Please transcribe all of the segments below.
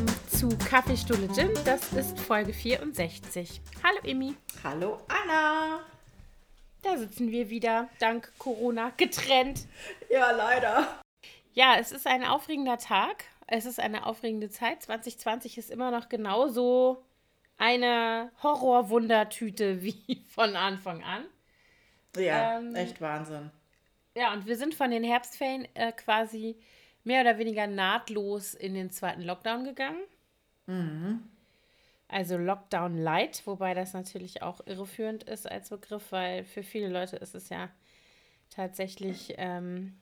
zu Kaffeestuhle Gin. Das ist Folge 64. Hallo Emmy. Hallo Anna. Da sitzen wir wieder, dank Corona, getrennt. Ja, leider. Ja, es ist ein aufregender Tag. Es ist eine aufregende Zeit. 2020 ist immer noch genauso eine Horrorwundertüte wie von Anfang an. Ja, echt Wahnsinn. Ja, und wir sind von den Herbstferien quasi mehr oder weniger nahtlos in den zweiten Lockdown gegangen. Also Lockdown Light, wobei das natürlich auch irreführend ist als Begriff, weil für viele Leute ist es ja tatsächlich ein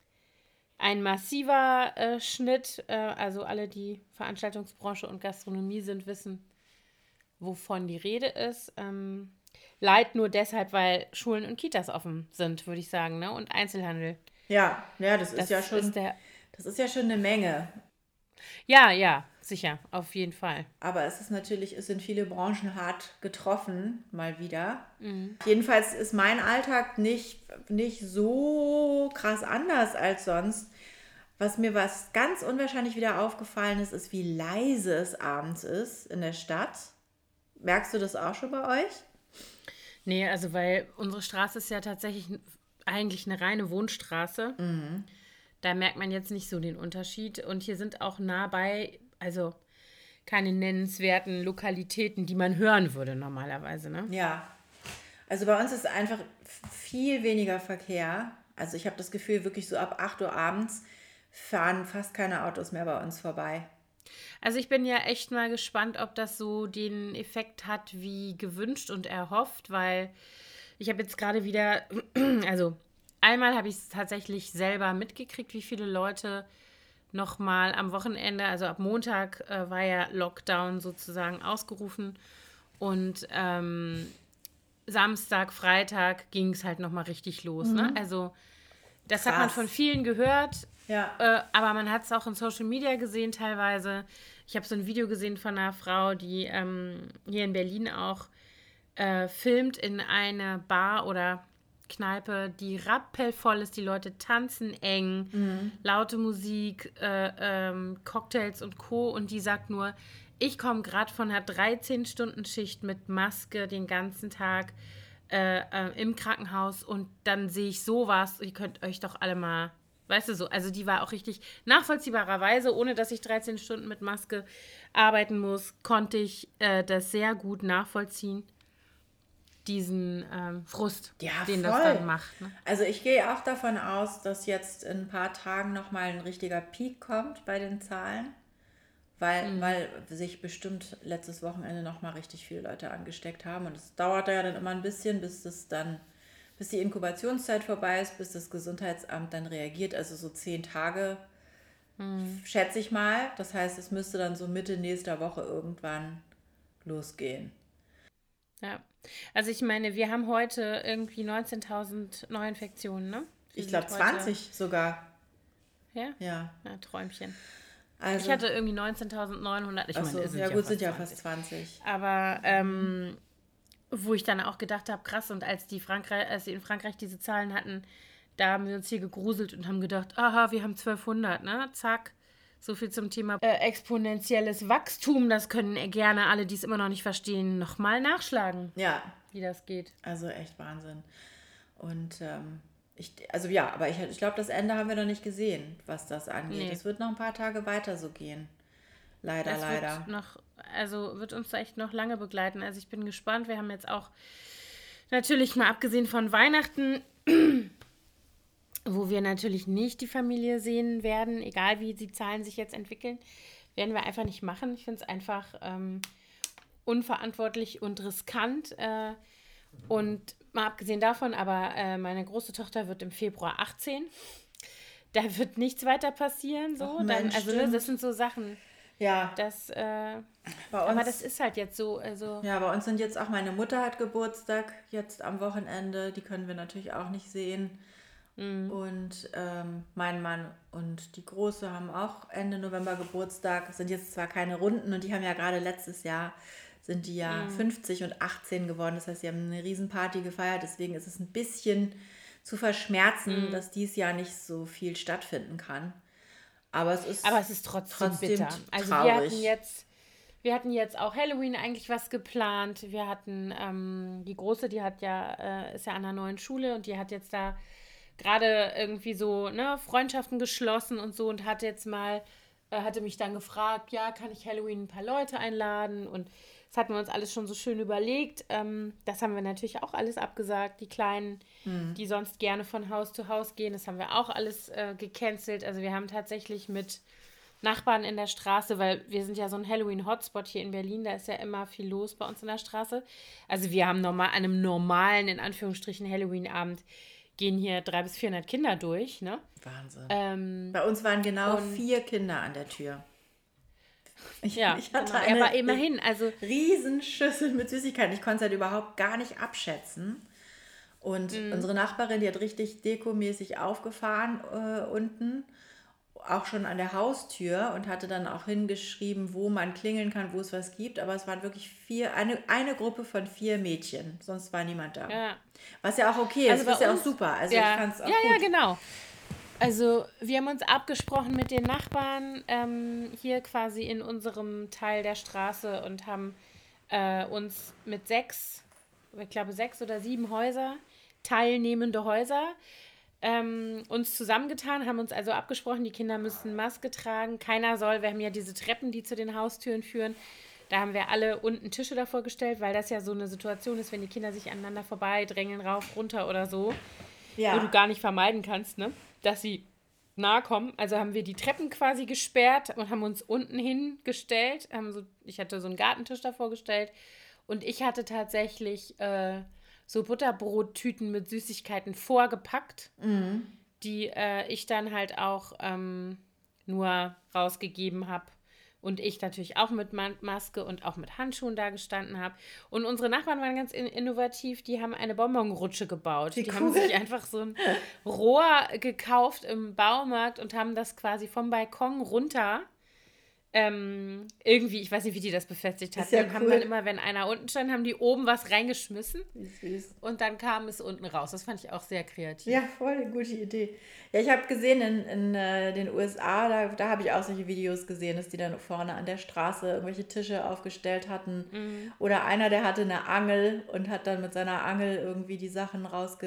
massiver Schnitt. Also alle, die Veranstaltungsbranche und Gastronomie sind, wissen, wovon die Rede ist. Light nur deshalb, weil Schulen und Kitas offen sind, würde ich sagen, ne? Und Einzelhandel. Ja, das ist ja schon, ist der. das ist ja schon eine Menge. Ja, sicher, auf jeden Fall. Aber es sind viele Branchen hart getroffen, mal wieder. Jedenfalls ist mein Alltag nicht so krass anders als sonst. Was ganz unwahrscheinlich wieder aufgefallen ist, wie leise es abends ist in der Stadt. Merkst du das auch schon bei euch? Nee, also weil unsere Straße ist ja tatsächlich eigentlich eine reine Wohnstraße. Da merkt man jetzt nicht so den Unterschied. Und hier sind auch nah bei, also keine nennenswerten Lokalitäten, die man hören würde normalerweise, ne? Ja, also bei uns ist einfach viel weniger Verkehr. Also ich habe das Gefühl, wirklich so ab 8 Uhr abends fahren fast keine Autos mehr bei uns vorbei. Also ich bin ja echt mal gespannt, ob das so den Effekt hat wie gewünscht und erhofft, weil ich habe jetzt gerade wieder, also einmal habe ich es tatsächlich selber mitgekriegt, wie viele Leute nochmal am Wochenende, also ab Montag war ja Lockdown sozusagen ausgerufen und Samstag, Freitag ging es halt nochmal richtig los. Ne? Also das hat man Krass. von vielen gehört, Ja. aber man hat es auch in Social Media gesehen teilweise. Ich habe so ein Video gesehen von einer Frau, die hier in Berlin auch filmt in einer Bar oder Kneipe, die rappelvoll ist. Die Leute tanzen eng, laute Musik, Cocktails und Co. Und die sagt nur, ich komme gerade von einer 13-Stunden-Schicht mit Maske den ganzen Tag im Krankenhaus und dann sehe ich sowas. Ihr könnt euch doch alle mal, weißt du so, also die war auch richtig nachvollziehbarerweise, ohne dass ich 13 Stunden mit Maske arbeiten muss, konnte ich das sehr gut nachvollziehen, diesen Frust, Ja, den voll. das dann macht. Ne? Also ich gehe auch davon aus, dass jetzt in ein paar Tagen nochmal ein richtiger Peak kommt bei den Zahlen, weil sich bestimmt letztes Wochenende nochmal richtig viele Leute angesteckt haben. Und es dauert ja dann immer ein bisschen, bis die Inkubationszeit vorbei ist, bis das Gesundheitsamt dann reagiert. Also so 10 Tage, schätze ich mal. Das heißt, es müsste dann so Mitte nächster Woche irgendwann losgehen. Ja. Also ich meine, wir haben heute irgendwie 19.000 Neuinfektionen, ne? Ich glaube 20 sogar. Ja? Ja. Ja, Träumchen. Also, Ich hatte irgendwie 19.900. Ich meine, es sind ja gut, fast sind ja 20. fast 20. Aber wo ich dann auch gedacht habe, krass, und als sie in Frankreich diese Zahlen hatten, da haben wir uns hier gegruselt und haben gedacht, aha, wir haben 1200, ne? Zack. So viel zum Thema exponentielles Wachstum. Das können gerne alle, die es immer noch nicht verstehen, nochmal nachschlagen, Ja, wie das geht. also echt Wahnsinn. Und ich glaube, das Ende haben wir noch nicht gesehen, was das angeht. Nee. Es wird noch ein paar Tage weiter so gehen. Leider. Wird uns echt noch lange begleiten. Also ich bin gespannt. Wir haben jetzt auch natürlich mal abgesehen von Weihnachten, wo wir natürlich nicht die Familie sehen werden, egal wie die Zahlen sich jetzt entwickeln, werden wir einfach nicht machen. Ich finde es einfach unverantwortlich und riskant. Und mal abgesehen davon, aber meine große Tochter wird im Februar 18. Da wird nichts weiter passieren. So. Ach Mensch, Das sind so Sachen. Ja, Aber das ist halt jetzt so. Also, ja, bei uns sind jetzt auch, meine Mutter hat Geburtstag jetzt am Wochenende. Die können wir natürlich auch nicht sehen. Und mein Mann und die Große haben auch Ende November Geburtstag. Sind jetzt zwar keine Runden und die haben ja gerade letztes Jahr, sind die ja 50 und 18 geworden. Das heißt, sie haben eine Riesenparty gefeiert. Deswegen ist es ein bisschen zu verschmerzen, dass dies Jahr nicht so viel stattfinden kann. Aber es ist Aber es ist trotzdem trotzdem bitter. Also traurig. wir hatten jetzt auch Halloween eigentlich was geplant. Wir hatten die Große, ist ja an einer neuen Schule und die hat jetzt da gerade irgendwie so, ne, Freundschaften geschlossen und so und hatte mich dann gefragt, ja, kann ich Halloween ein paar Leute einladen? Und das hatten wir uns alles schon so schön überlegt. Das haben wir natürlich auch alles abgesagt. Die Kleinen, die sonst gerne von Haus zu Haus gehen, das haben wir auch alles gecancelt. Also wir haben tatsächlich mit Nachbarn in der Straße, weil wir sind ja so ein Halloween-Hotspot hier in Berlin, da ist ja immer viel los bei uns in der Straße. Also wir haben an einem normalen, in Anführungsstrichen, Halloween-Abend gehen hier 300 bis 400 Kinder durch, ne? Wahnsinn. Ähm, Bei uns waren genau und 4 Kinder an der Tür. ja, Ich hatte genau. Ja, eine aber immerhin, also, Riesenschüssel mit Süßigkeiten. Ich konnte es halt überhaupt gar nicht abschätzen. Und unsere Nachbarin, die hat richtig dekomäßig aufgefahren unten, auch schon an der Haustür und hatte dann auch hingeschrieben, wo man klingeln kann, wo es was gibt. Aber es waren wirklich eine Gruppe von 4 Mädchen, sonst war niemand da. ja. Was ja auch okay Also ist, bei ist ja auch uns, super. Also ich ja, fand es ja, auch gut. ja, genau. Also wir haben uns abgesprochen mit den Nachbarn hier quasi in unserem Teil der Straße und haben uns mit ich glaube 6 oder 7 Häuser, teilnehmende Häuser, uns zusammengetan, haben uns also abgesprochen, die Kinder müssen Maske tragen. Wir haben ja diese Treppen, die zu den Haustüren führen. Da haben wir alle unten Tische davor gestellt, weil das ja so eine Situation ist, wenn die Kinder sich aneinander vorbeidrängeln, rauf, runter oder so, wo du Ja. gar nicht vermeiden kannst, ne? Dass sie nahe kommen. Also haben wir die Treppen quasi gesperrt und haben uns unten hingestellt. Ich hatte so einen Gartentisch davor gestellt und ich hatte tatsächlich so Butterbrottüten mit Süßigkeiten vorgepackt, die ich dann halt auch nur rausgegeben habe. Und ich natürlich auch mit Maske und auch mit Handschuhen da gestanden habe. Und unsere Nachbarn waren ganz innovativ. Die haben eine Bonbonrutsche gebaut. Wie Die haben cool. sich einfach so ein Rohr gekauft im Baumarkt und haben das quasi vom Balkon runter irgendwie, ich weiß nicht, wie die das befestigt Ist hatten, ja und haben dann cool. immer, wenn einer unten stand, haben die oben was reingeschmissen Wie süß. und dann kam es unten raus. Das fand ich auch sehr kreativ. Ja, voll eine gute Idee. Ja, ich habe gesehen in den USA, da habe ich auch solche Videos gesehen, dass die dann vorne an der Straße irgendwelche Tische aufgestellt hatten. Oder einer, der hatte eine Angel und hat dann mit seiner Angel irgendwie die Sachen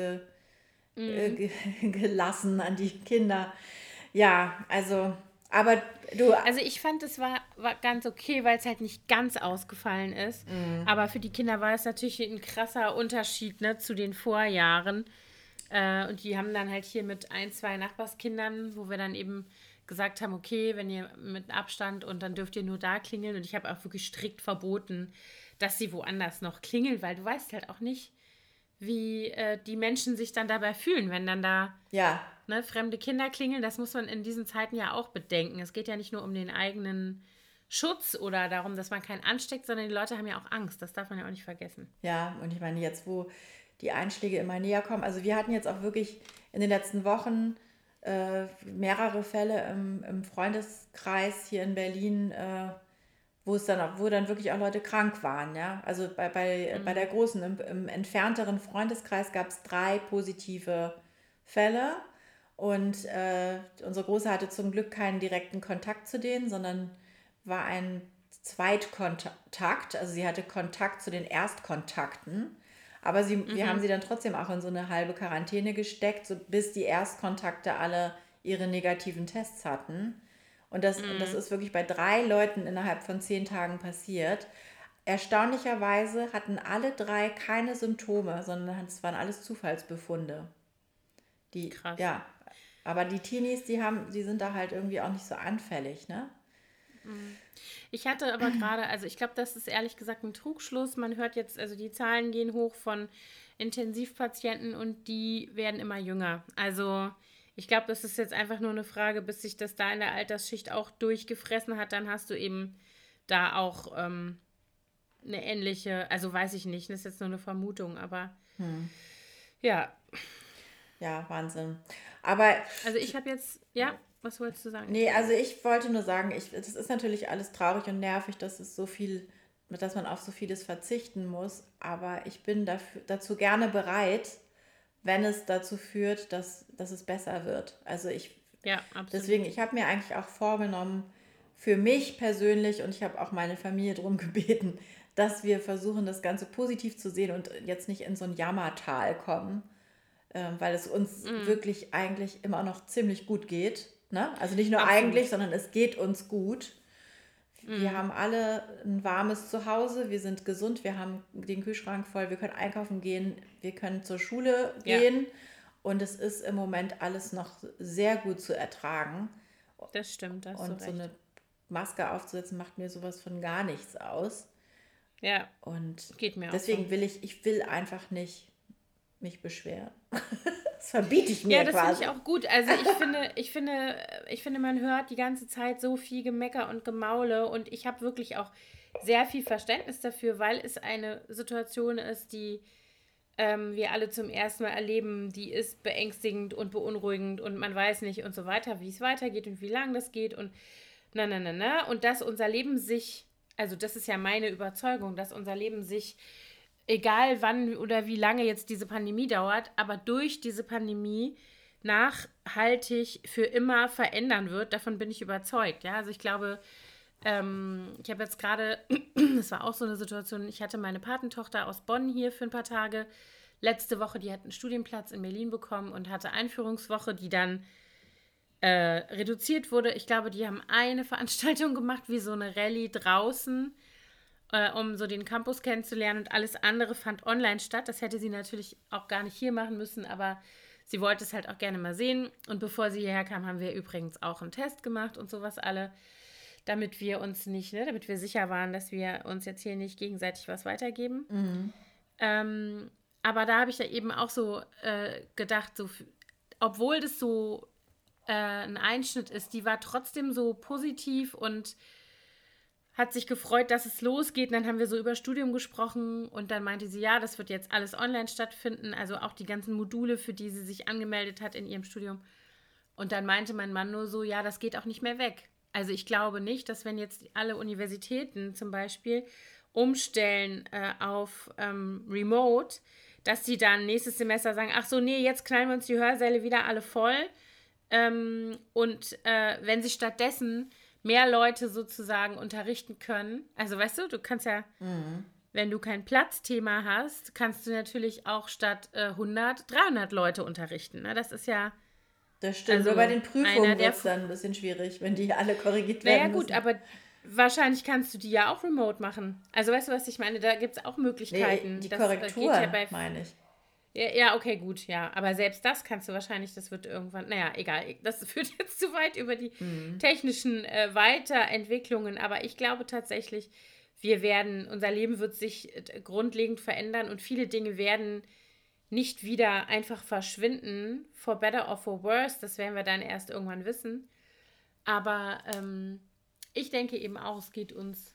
rausgelassen an die Kinder. Ja, also, aber du, Also ich fand, es war ganz okay, weil es halt nicht ganz ausgefallen ist. Aber für die Kinder war es natürlich ein krasser Unterschied, ne, zu den Vorjahren. Und die haben dann halt hier mit 1, 2 Nachbarskindern, wo wir dann eben gesagt haben, okay, wenn ihr mit Abstand und dann dürft ihr nur da klingeln. Und ich habe auch wirklich strikt verboten, dass sie woanders noch klingeln, weil du weißt halt auch nicht, wie die Menschen sich dann dabei fühlen, wenn dann da, ja, ne, fremde Kinder klingeln. Das muss man in diesen Zeiten ja auch bedenken. Es geht ja nicht nur um den eigenen Schutz oder darum, dass man keinen ansteckt, sondern die Leute haben ja auch Angst. Das darf man ja auch nicht vergessen. ja, und ich meine, jetzt, wo die Einschläge immer näher kommen, also wir hatten jetzt auch wirklich in den letzten Wochen mehrere Fälle im Freundeskreis hier in Berlin, wo dann wirklich auch Leute krank waren, ja. Also bei der Großen, im entfernteren Freundeskreis gab es 3 positive Fälle und unsere Große hatte zum Glück keinen direkten Kontakt zu denen, sondern war ein Zweitkontakt, also sie hatte Kontakt zu den Erstkontakten. Aber wir haben sie dann trotzdem auch in so eine halbe Quarantäne gesteckt, so bis die Erstkontakte alle ihre negativen Tests hatten. Und das ist wirklich bei 3 Leuten innerhalb von 10 Tagen passiert. Erstaunlicherweise hatten alle 3 keine Symptome, sondern es waren alles Zufallsbefunde. Krass. Ja, aber die Teenies, die sind da halt irgendwie auch nicht so anfällig, ne? Ich hatte aber gerade, also ich glaube, das ist ehrlich gesagt ein Trugschluss. Man hört jetzt, also die Zahlen gehen hoch von Intensivpatienten und die werden immer jünger. Also ich glaube, das ist jetzt einfach nur eine Frage, bis sich das da in der Altersschicht auch durchgefressen hat. Dann hast du eben da auch eine ähnliche, also weiß ich nicht, das ist jetzt nur eine Vermutung, aber ja, Ja, Wahnsinn. Aber also ich habe jetzt, ja, was wolltest du sagen? nee, also ich wollte nur sagen, das ist natürlich alles traurig und nervig, dass man auf so vieles verzichten muss, aber ich bin dazu gerne bereit, wenn es dazu führt, dass es besser wird. Also Ja, absolut. Deswegen, ich habe mir eigentlich auch vorgenommen, für mich persönlich, und ich habe auch meine Familie darum gebeten, dass wir versuchen, das Ganze positiv zu sehen und jetzt nicht in so ein Jammertal kommen, weil es uns wirklich eigentlich immer noch ziemlich gut geht. Ne? Also nicht nur eigentlich, Absolut. sondern es geht uns gut. Wir haben alle ein warmes Zuhause, wir sind gesund, wir haben den Kühlschrank voll, wir können einkaufen gehen, wir können zur Schule Ja, gehen und es ist im Moment alles noch sehr gut zu ertragen. das stimmt, da hast du Und so recht. eine Maske aufzusetzen macht mir sowas von gar nichts aus. Ja, Und geht mir auch so. deswegen ich will einfach nicht mich beschweren. Das verbiete ich Ja, mir das finde quasi. ich auch gut. Also ich finde, man hört die ganze Zeit so viel Gemecker und Gemaule und ich habe wirklich auch sehr viel Verständnis dafür, weil es eine Situation ist, die wir alle zum ersten Mal erleben, die ist beängstigend und beunruhigend und man weiß nicht und so weiter, wie es weitergeht und wie lang das geht und na. Und dass unser Leben sich, also das ist ja meine Überzeugung, dass unser Leben sich, egal wann oder wie lange jetzt diese Pandemie dauert, aber durch diese Pandemie nachhaltig für immer verändern wird. Davon bin ich überzeugt. Ja, also ich glaube, ich habe jetzt gerade, das war auch so eine Situation, ich hatte meine Patentochter aus Bonn hier für ein paar Tage. Letzte Woche, die hat einen Studienplatz in Berlin bekommen und hatte Einführungswoche, die dann reduziert wurde. Ich glaube, die haben eine Veranstaltung gemacht, wie so eine Rallye draußen, um so den Campus kennenzulernen und alles andere fand online statt. Das hätte sie natürlich auch gar nicht hier machen müssen, aber sie wollte es halt auch gerne mal sehen. Und bevor sie hierher kam, haben wir übrigens auch einen Test gemacht und sowas alle, damit wir uns nicht, ne, damit wir sicher waren, dass wir uns jetzt hier nicht gegenseitig was weitergeben. Aber da habe ich da eben auch so gedacht, so, obwohl das so ein Einschnitt ist, die war trotzdem so positiv und hat sich gefreut, dass es losgeht. Und dann haben wir so über Studium gesprochen und dann meinte sie, ja, das wird jetzt alles online stattfinden, also auch die ganzen Module, für die sie sich angemeldet hat in ihrem Studium. Und dann meinte mein Mann nur so, ja, das geht auch nicht mehr weg. Also ich glaube nicht, dass wenn jetzt alle Universitäten zum Beispiel umstellen auf Remote, dass sie dann nächstes Semester sagen, ach so, nee, jetzt knallen wir uns die Hörsäle wieder alle voll. Und wenn sie stattdessen mehr Leute sozusagen unterrichten können, also weißt du, du kannst ja, wenn du kein Platzthema hast, kannst du natürlich auch statt 100, 300 Leute unterrichten. Ne? Das ist ja, Das stimmt. Nur bei also den einer Prüfungen der, wird es dann ein bisschen schwierig, wenn die alle korrigiert naja werden gut, müssen. aber wahrscheinlich kannst du die ja auch remote machen. Also weißt du, was ich meine? Da gibt es auch Nee, Möglichkeiten. die Das geht ja Korrekturen, bei meine ich. ja, okay, gut, ja. Aber selbst das kannst du wahrscheinlich, das wird irgendwann, naja, egal. Das führt jetzt zu weit über die technischen Weiterentwicklungen. Aber ich glaube tatsächlich, unser Leben wird sich grundlegend verändern und viele Dinge werden nicht wieder einfach verschwinden, for better or for worse. Das werden wir dann erst irgendwann wissen. Aber ich denke eben auch, es geht uns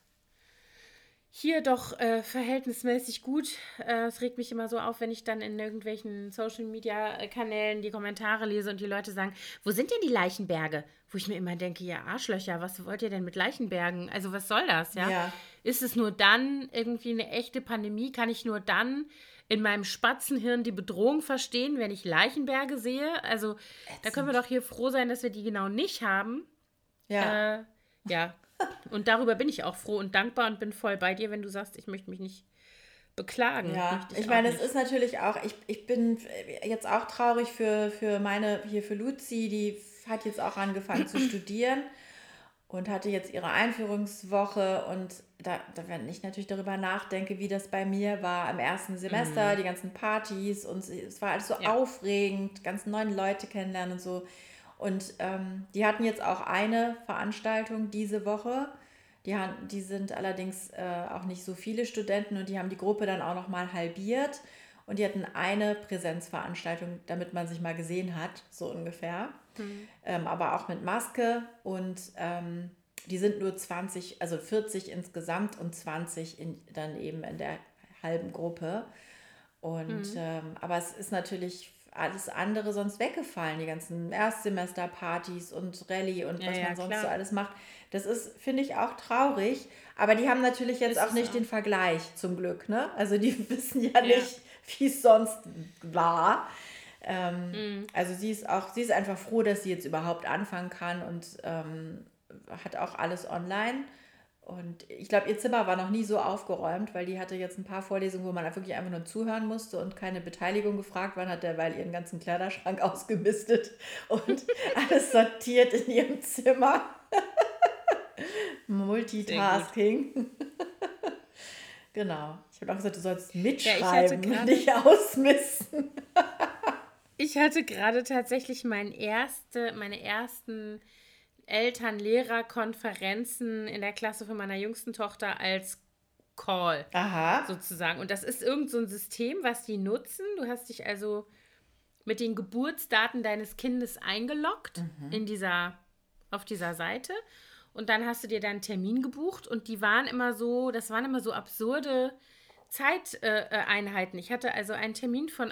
hier doch verhältnismäßig gut. Es regt mich immer so auf, wenn ich dann in irgendwelchen Social-Media-Kanälen die Kommentare lese und die Leute sagen, wo sind denn die Leichenberge? Wo ich mir immer denke, ja Arschlöcher, was wollt ihr denn mit Leichenbergen? Also was soll das, ja? Ja, Ist es nur dann irgendwie eine echte Pandemie? Kann ich nur dann in meinem Spatzenhirn die Bedrohung verstehen, wenn ich Leichenberge sehe? Also da können wir ätzend. doch hier froh sein, dass wir die genau nicht haben. Ja, Ja, und darüber bin ich auch froh und dankbar und bin voll bei dir, wenn du sagst, ich möchte mich nicht beklagen. ja. Möchte Ich ich auch meine, es nicht. ist natürlich auch, ich bin jetzt auch traurig für meine, hier für Luzi, die hat jetzt auch angefangen zu studieren und hatte jetzt ihre Einführungswoche und wenn ich natürlich darüber nachdenke, wie das bei mir war am ersten Semester, die ganzen Partys und es war alles so Ja. aufregend, ganz neuen Leute kennenlernen und so. Und die hatten jetzt auch eine Veranstaltung diese Woche. Die sind allerdings auch nicht so viele Studenten und die haben die Gruppe dann auch noch mal halbiert. Und die hatten eine Präsenzveranstaltung, damit man sich mal gesehen hat, so ungefähr. Aber auch mit Maske und die sind nur 20, also 40 insgesamt und 20 dann eben in der halben Gruppe. Und aber es ist natürlich alles andere sonst weggefallen, die ganzen Erstsemesterpartys und Rallye und Ja, was ja, man sonst so klar. alles macht. Das ist, finde ich, auch traurig. Aber die haben natürlich jetzt Ist auch es nicht den auch. Vergleich, zum Glück, ne? Also die wissen ja Ja. nicht, wie es sonst war. Also sie ist einfach froh, dass sie jetzt überhaupt anfangen kann und hat auch alles online. Und ich glaube, ihr Zimmer war noch nie so aufgeräumt, weil die hatte jetzt ein paar Vorlesungen, wo man wirklich einfach nur zuhören musste und keine Beteiligung gefragt. Wann hat derweil ihren ganzen Kleiderschrank ausgemistet und alles sortiert in ihrem Zimmer. Multitasking. Genau. Ich habe auch gesagt, du sollst mitschreiben, nicht ausmisten. Ich hatte gerade tatsächlich meine ersten Eltern-Lehrer-Konferenzen in der Klasse von meiner jüngsten Tochter als Call sozusagen. Und das ist irgend so ein System, was die nutzen. Du hast dich also mit den Geburtsdaten deines Kindes eingeloggt auf dieser Seite. Und dann hast du dir dann einen Termin gebucht und das waren immer so absurde Zeiteinheiten. Ich hatte also einen Termin von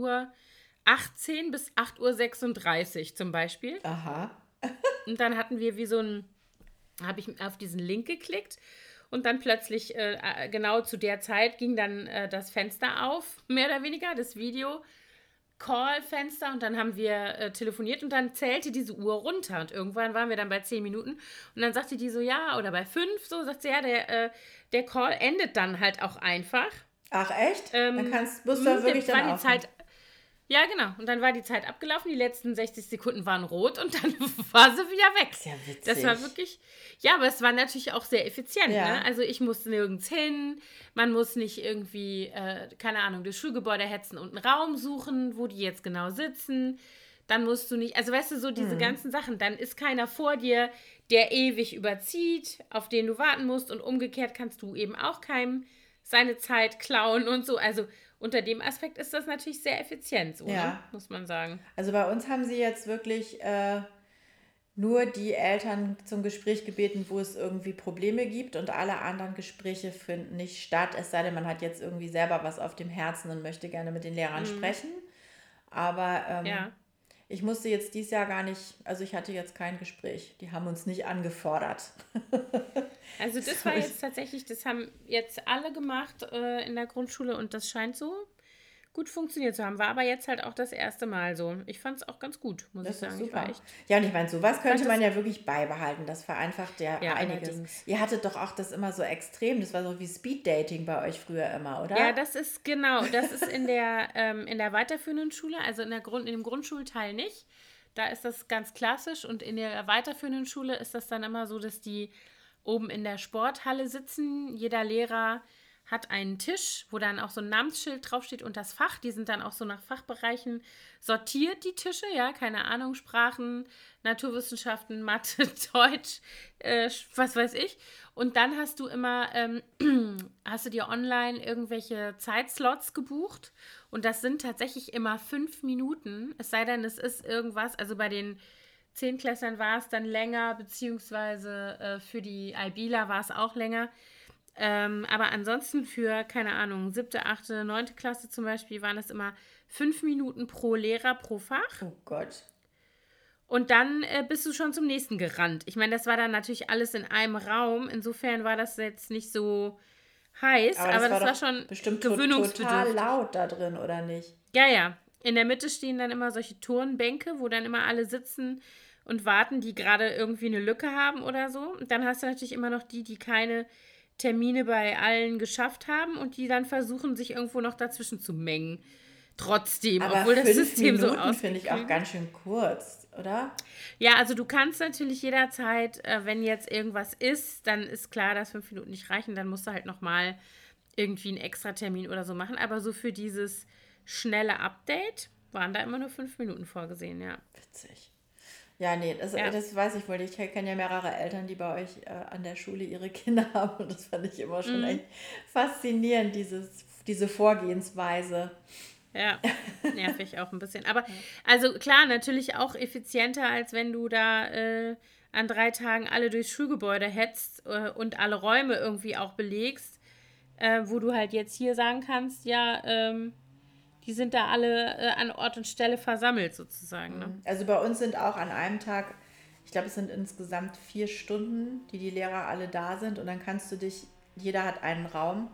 8:18 bis 8:36 zum Beispiel. Und dann hatten wir habe ich auf diesen Link geklickt und dann plötzlich genau zu der Zeit ging dann das Fenster auf, mehr oder weniger, das Video-Call-Fenster und dann haben wir telefoniert und dann zählte diese Uhr runter und irgendwann waren wir dann bei 10 Minuten und dann sagte die so, ja, oder bei 5, so sagt sie, ja, der Call endet dann halt auch einfach. Ach echt? Dann musst du wirklich dann aufhören. Ja, genau. Und dann war die Zeit abgelaufen, die letzten 60 Sekunden waren rot und dann war sie wieder weg. Ist ja witzig. Das war wirklich, ja, aber es war natürlich auch sehr effizient. Ja. Ne? Also ich musste nirgends hin, man muss nicht irgendwie, keine Ahnung, das Schulgebäude hetzen und einen Raum suchen, wo die jetzt genau sitzen. Dann musst du nicht, also weißt du, so diese ganzen Sachen, dann ist keiner vor dir, der ewig überzieht, auf den du warten musst und umgekehrt kannst du eben auch keinem seine Zeit klauen und so, also unter dem Aspekt ist das natürlich sehr effizient, so, ne? Muss man sagen. Also bei uns haben sie jetzt wirklich nur die Eltern zum Gespräch gebeten, wo es irgendwie Probleme gibt und alle anderen Gespräche finden nicht statt, es sei denn, man hat jetzt irgendwie selber was auf dem Herzen und möchte gerne mit den Lehrern sprechen. Aber ich musste jetzt dieses Jahr gar nicht, also ich hatte jetzt kein Gespräch. Die haben uns nicht angefordert. Also das war jetzt tatsächlich, das haben jetzt alle gemacht in der Grundschule und das scheint so gut funktioniert zu haben. War aber jetzt halt auch das erste Mal so. Ich fand es auch ganz gut, muss ich sagen. Super. Ja, und ich meine, sowas könnte man ja wirklich beibehalten. Das vereinfacht ja einiges. Allerdings. Ihr hattet doch auch das immer so extrem. Das war so wie Speeddating bei euch früher immer, oder? Ja, das ist in der weiterführenden Schule, also in dem Grundschulteil nicht. Da ist das ganz klassisch und in der weiterführenden Schule ist das dann immer so, dass die oben in der Sporthalle sitzen. Jeder Lehrer hat einen Tisch, wo dann auch so ein Namensschild draufsteht und das Fach. Die sind dann auch so nach Fachbereichen sortiert, die Tische, ja, keine Ahnung, Sprachen, Naturwissenschaften, Mathe, Deutsch, was weiß ich. Und dann hast du dir online irgendwelche Zeitslots gebucht und das sind tatsächlich immer 5 Minuten, es sei denn, es ist irgendwas, also bei den 10-Klässlern war es dann länger, beziehungsweise für die IBler war es auch länger. Aber ansonsten für, keine Ahnung, 7., 8., 9. Klasse zum Beispiel waren es immer 5 Minuten pro Lehrer pro Fach. Oh Gott. Und dann bist du schon zum nächsten gerannt. Ich meine, das war dann natürlich alles in einem Raum. Insofern war das jetzt nicht so heiß, aber das war schon bestimmt total laut da drin, oder nicht? Ja, ja. In der Mitte stehen dann immer solche Turnbänke, wo dann immer alle sitzen und warten, die gerade irgendwie eine Lücke haben oder so. Und dann hast du natürlich immer noch die keine Termine bei allen geschafft haben und die dann versuchen, sich irgendwo noch dazwischen zu mengen. Trotzdem, aber obwohl das System so aussieht. Finde ich auch ganz schön kurz, oder? Ja, also du kannst natürlich jederzeit, wenn jetzt irgendwas ist, dann ist klar, dass 5 Minuten nicht reichen, dann musst du halt nochmal irgendwie einen Extra-Termin oder so machen. Aber so für dieses schnelle Update waren da immer nur 5 Minuten vorgesehen, ja. Witzig. Ja, nee, das weiß ich wohl. Ich kenne ja mehrere Eltern, die bei euch an der Schule ihre Kinder haben. Und das fand ich immer schon echt faszinierend, diese Vorgehensweise. Ja, nervig auch ein bisschen. Aber also klar, natürlich auch effizienter, als wenn du da an 3 Tagen alle durchs Schulgebäude hetzt und alle Räume irgendwie auch belegst, wo du halt jetzt hier sagen kannst, ja, die sind da alle an Ort und Stelle versammelt sozusagen. Ne? Also bei uns sind auch an einem Tag, ich glaube, es sind insgesamt 4 Stunden, die Lehrer alle da sind und dann kannst du jeder hat einen Raum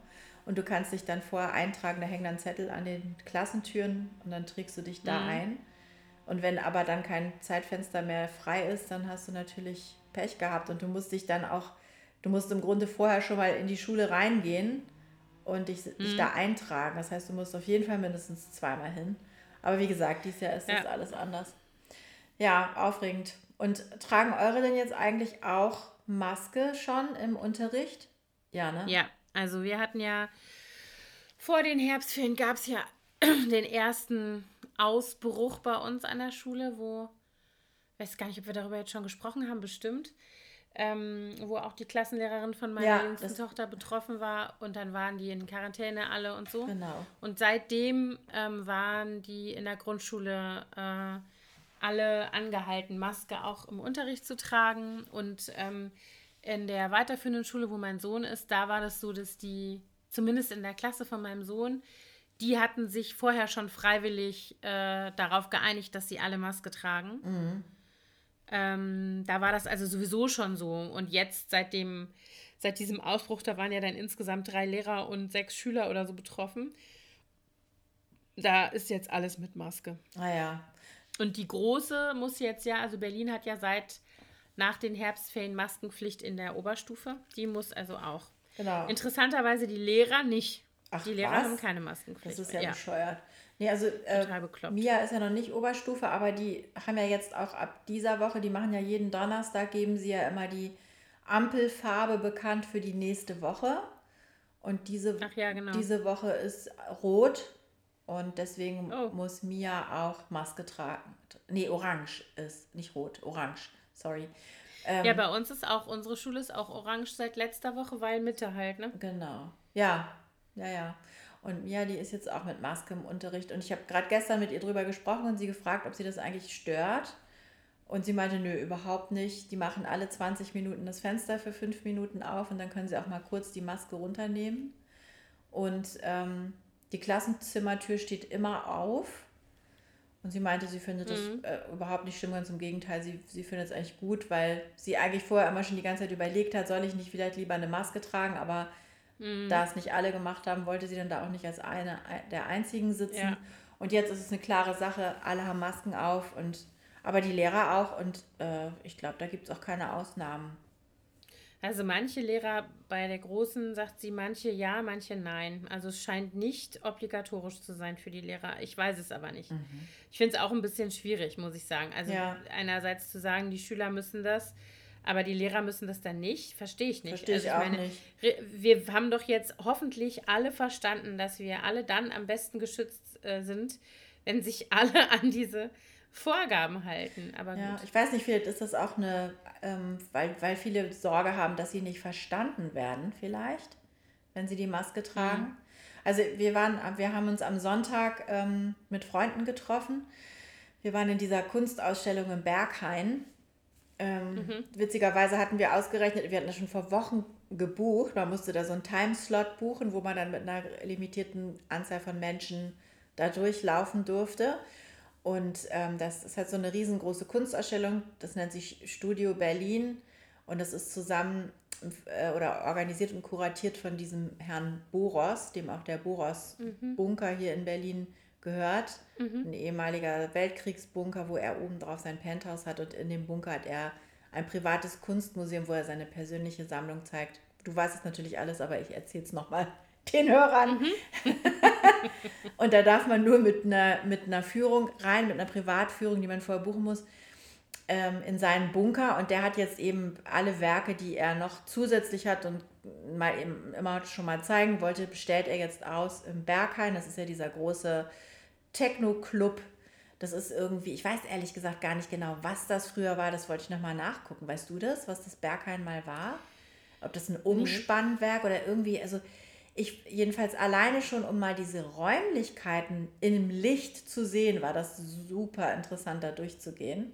und du kannst dich dann vorher eintragen, da hängen dann Zettel an den Klassentüren und dann trägst du dich da ein. Und wenn aber dann kein Zeitfenster mehr frei ist, dann hast du natürlich Pech gehabt und du musst im Grunde vorher schon mal in die Schule reingehen und dich da eintragen. Das heißt, du musst auf jeden Fall mindestens zweimal hin. Aber wie gesagt, dieses Jahr ist das alles anders. Ja, aufregend. Und tragen eure denn jetzt eigentlich auch Maske schon im Unterricht? Ja, ne? Ja, also wir hatten ja vor den Herbstferien gab es ja den ersten Ausbruch bei uns an der Schule, ich weiß gar nicht, ob wir darüber jetzt schon gesprochen haben, bestimmt, wo auch die Klassenlehrerin von meiner jüngsten Tochter betroffen war und dann waren die in Quarantäne alle und so. Genau. Und seitdem waren die in der Grundschule alle angehalten, Maske auch im Unterricht zu tragen und in der weiterführenden Schule, wo mein Sohn ist, da war das so, dass die, zumindest in der Klasse von meinem Sohn, die hatten sich vorher schon freiwillig darauf geeinigt, dass sie alle Maske tragen. Da war das also sowieso schon so. Und jetzt, seit diesem Ausbruch, da waren ja dann insgesamt 3 Lehrer und 6 Schüler oder so betroffen. Da ist jetzt alles mit Maske. Ah ja. Und die Große muss jetzt also Berlin hat ja nach den Herbstferien Maskenpflicht in der Oberstufe. Die muss also auch. Genau. Interessanterweise die Lehrer nicht. Ach, die Lehrer haben keine Maskenpflicht. Das ist ja bescheuert. Nee, also total bekloppt. Mia ist ja noch nicht Oberstufe, aber die haben ja jetzt auch ab dieser Woche, die machen ja jeden Donnerstag, geben sie ja immer die Ampelfarbe bekannt für die nächste Woche. Und diese Woche ist rot und deswegen muss Mia auch Maske tragen. Nee, orange ist, nicht rot, orange, sorry. Ja, bei uns ist auch, unsere Schule ist auch orange seit letzter Woche, weil Mitte halt, ne? Genau. Ja. Und Mia, die ist jetzt auch mit Maske im Unterricht. Und ich habe gerade gestern mit ihr drüber gesprochen und sie gefragt, ob sie das eigentlich stört. Und sie meinte, nö, überhaupt nicht. Die machen alle 20 Minuten das Fenster für 5 Minuten auf und dann können sie auch mal kurz die Maske runternehmen. Und die Klassenzimmertür steht immer auf. Und sie meinte, sie findet das überhaupt nicht schlimm, ganz im Gegenteil, sie findet es eigentlich gut, weil sie eigentlich vorher immer schon die ganze Zeit überlegt hat, soll ich nicht vielleicht lieber eine Maske tragen, aber da es nicht alle gemacht haben, wollte sie dann da auch nicht als eine der Einzigen sitzen. Ja. Und jetzt ist es eine klare Sache, alle haben Masken auf, aber die Lehrer auch und ich glaube, da gibt es auch keine Ausnahmen. Also manche Lehrer, bei der Großen sagt sie, manche ja, manche nein. Also es scheint nicht obligatorisch zu sein für die Lehrer. Ich weiß es aber nicht. Ich finde es auch ein bisschen schwierig, muss ich sagen. Also einerseits zu sagen, die Schüler müssen das, aber die Lehrer müssen das dann nicht, verstehe ich nicht. Verstehe ich auch nicht. Wir haben doch jetzt hoffentlich alle verstanden, dass wir alle dann am besten geschützt sind, wenn sich alle an diese Vorgaben halten. Aber ja, gut. Ich weiß nicht, vielleicht ist das auch weil viele Sorge haben, dass sie nicht verstanden werden, vielleicht, wenn sie die Maske tragen. Also wir haben uns am Sonntag mit Freunden getroffen. Wir waren in dieser Kunstausstellung im Berghain. Witzigerweise hatten wir ausgerechnet, wir hatten das schon vor Wochen gebucht. Man musste da so einen Timeslot buchen, wo man dann mit einer limitierten Anzahl von Menschen da durchlaufen durfte. Und das ist halt so eine riesengroße Kunstausstellung, das nennt sich Studio Berlin und das ist zusammen oder organisiert und kuratiert von diesem Herrn Boros, dem auch der Boros-Bunker hier in Berlin gehört. Ein ehemaliger Weltkriegsbunker, wo er oben drauf sein Penthouse hat und in dem Bunker hat er ein privates Kunstmuseum, wo er seine persönliche Sammlung zeigt. Du weißt es natürlich alles, aber ich erzähle es nochmal den Hörern. Und da darf man nur mit einer Führung rein, mit einer Privatführung, die man vorher buchen muss, in seinen Bunker. Und der hat jetzt eben alle Werke, die er noch zusätzlich hat und mal eben immer schon mal zeigen wollte, bestellt er jetzt aus im Berghain. Das ist ja dieser große Techno-Club. Das ist irgendwie, ich weiß ehrlich gesagt gar nicht genau, was das früher war. Das wollte ich nochmal nachgucken. Weißt du das, was das Berghain mal war? Ob das ein Umspannwerk oder irgendwie, also ich jedenfalls alleine schon, um mal diese Räumlichkeiten im Licht zu sehen, war das super interessant, da durchzugehen.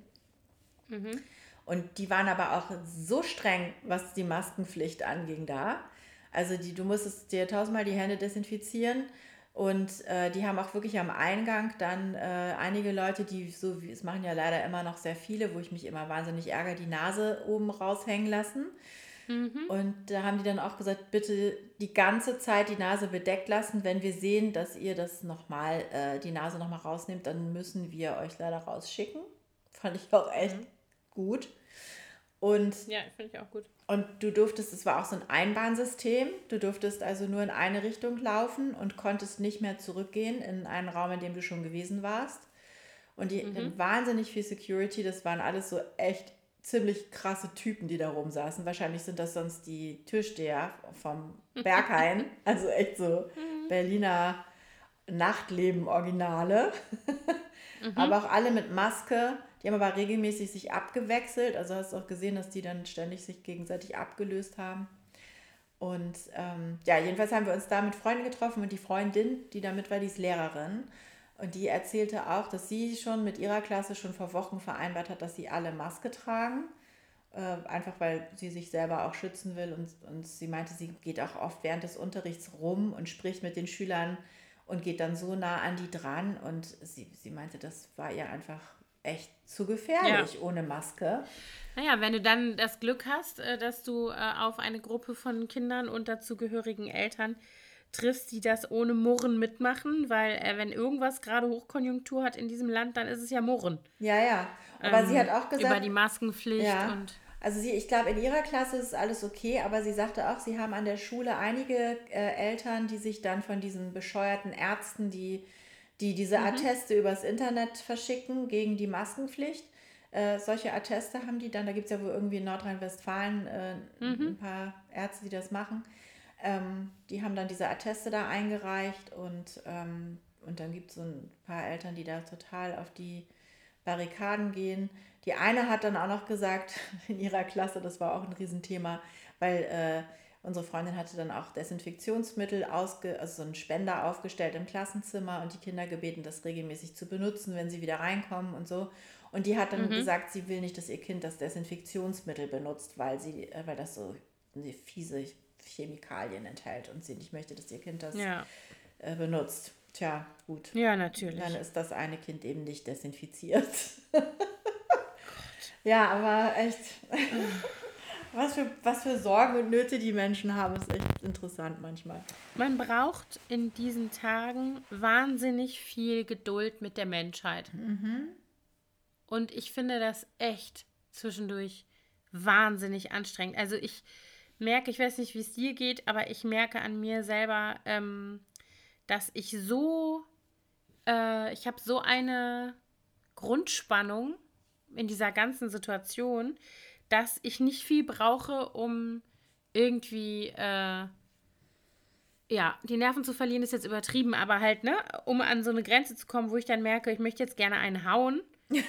Und die waren aber auch so streng, was die Maskenpflicht anging da. Also du musstest dir 1000-mal die Hände desinfizieren und die haben auch wirklich am Eingang dann einige Leute, die so, es machen ja leider immer noch sehr viele, wo ich mich immer wahnsinnig ärgere, die Nase oben raushängen lassen. Und da haben die dann auch gesagt, bitte die ganze Zeit die Nase bedeckt lassen. Wenn wir sehen, dass ihr das nochmal, die Nase nochmal rausnehmt, dann müssen wir euch leider rausschicken. Fand ich auch echt gut. Und, Ja, finde ich auch gut. und du durftest, es war auch so ein Einbahnsystem, du durftest also nur in eine Richtung laufen und konntest nicht mehr zurückgehen in einen Raum, in dem du schon gewesen warst. Und die hatten wahnsinnig viel Security, das waren alles so echt ziemlich krasse Typen, die da rumsaßen. Wahrscheinlich sind das sonst die Türsteher vom Berghain, also echt so Berliner Nachtleben-Originale. Aber auch alle mit Maske. Die haben aber regelmäßig sich abgewechselt. Also hast du auch gesehen, dass die dann ständig sich gegenseitig abgelöst haben. Und ja, jedenfalls haben wir uns da mit Freunden getroffen und die Freundin, die da mit war, die ist Lehrerin. Und die erzählte auch, dass sie schon mit ihrer Klasse schon vor Wochen vereinbart hat, dass sie alle Maske tragen. Einfach weil sie sich selber auch schützen will. Und sie meinte, sie geht auch oft während des Unterrichts rum und spricht mit den Schülern und geht dann so nah an die dran. Und sie meinte, das war ihr einfach echt zu gefährlich ohne Maske. Naja, wenn du dann das Glück hast, dass du auf eine Gruppe von Kindern und dazugehörigen Eltern triffst, die das ohne Murren mitmachen, weil wenn irgendwas gerade Hochkonjunktur hat in diesem Land, dann ist es ja Murren. Ja. Aber sie hat auch gesagt... Über die Maskenpflicht und... Also ich glaube, in ihrer Klasse ist alles okay, aber sie sagte auch, sie haben an der Schule einige Eltern, die sich dann von diesen bescheuerten Ärzten, die diese Atteste übers Internet verschicken gegen die Maskenpflicht. Solche Atteste haben die dann, da gibt es ja wohl irgendwie in Nordrhein-Westfalen ein paar Ärzte, die das machen. Die haben dann diese Atteste da eingereicht und dann gibt es so ein paar Eltern, die da total auf die Barrikaden gehen. Die eine hat dann auch noch gesagt, in ihrer Klasse, das war auch ein Riesenthema, weil unsere Freundin hatte dann auch Desinfektionsmittel, also so einen Spender aufgestellt im Klassenzimmer und die Kinder gebeten, das regelmäßig zu benutzen, wenn sie wieder reinkommen und so. Und die hat dann gesagt, sie will nicht, dass ihr Kind das Desinfektionsmittel benutzt, weil das so eine fiese Chemikalien enthält und sie nicht möchte, dass ihr Kind das benutzt. Tja, gut. Ja, natürlich. Dann ist das eine Kind eben nicht desinfiziert. Ja, aber echt, was für Sorgen und Nöte die Menschen haben, ist echt interessant manchmal. Man braucht in diesen Tagen wahnsinnig viel Geduld mit der Menschheit. Und ich finde das echt zwischendurch wahnsinnig anstrengend. Also ich merke, ich weiß nicht, wie es dir geht, aber ich merke an mir selber, dass ich habe so eine Grundspannung in dieser ganzen Situation, dass ich nicht viel brauche, um irgendwie, die Nerven zu verlieren, ist jetzt übertrieben, aber halt, ne, um an so eine Grenze zu kommen, wo ich dann merke, ich möchte jetzt gerne einen hauen,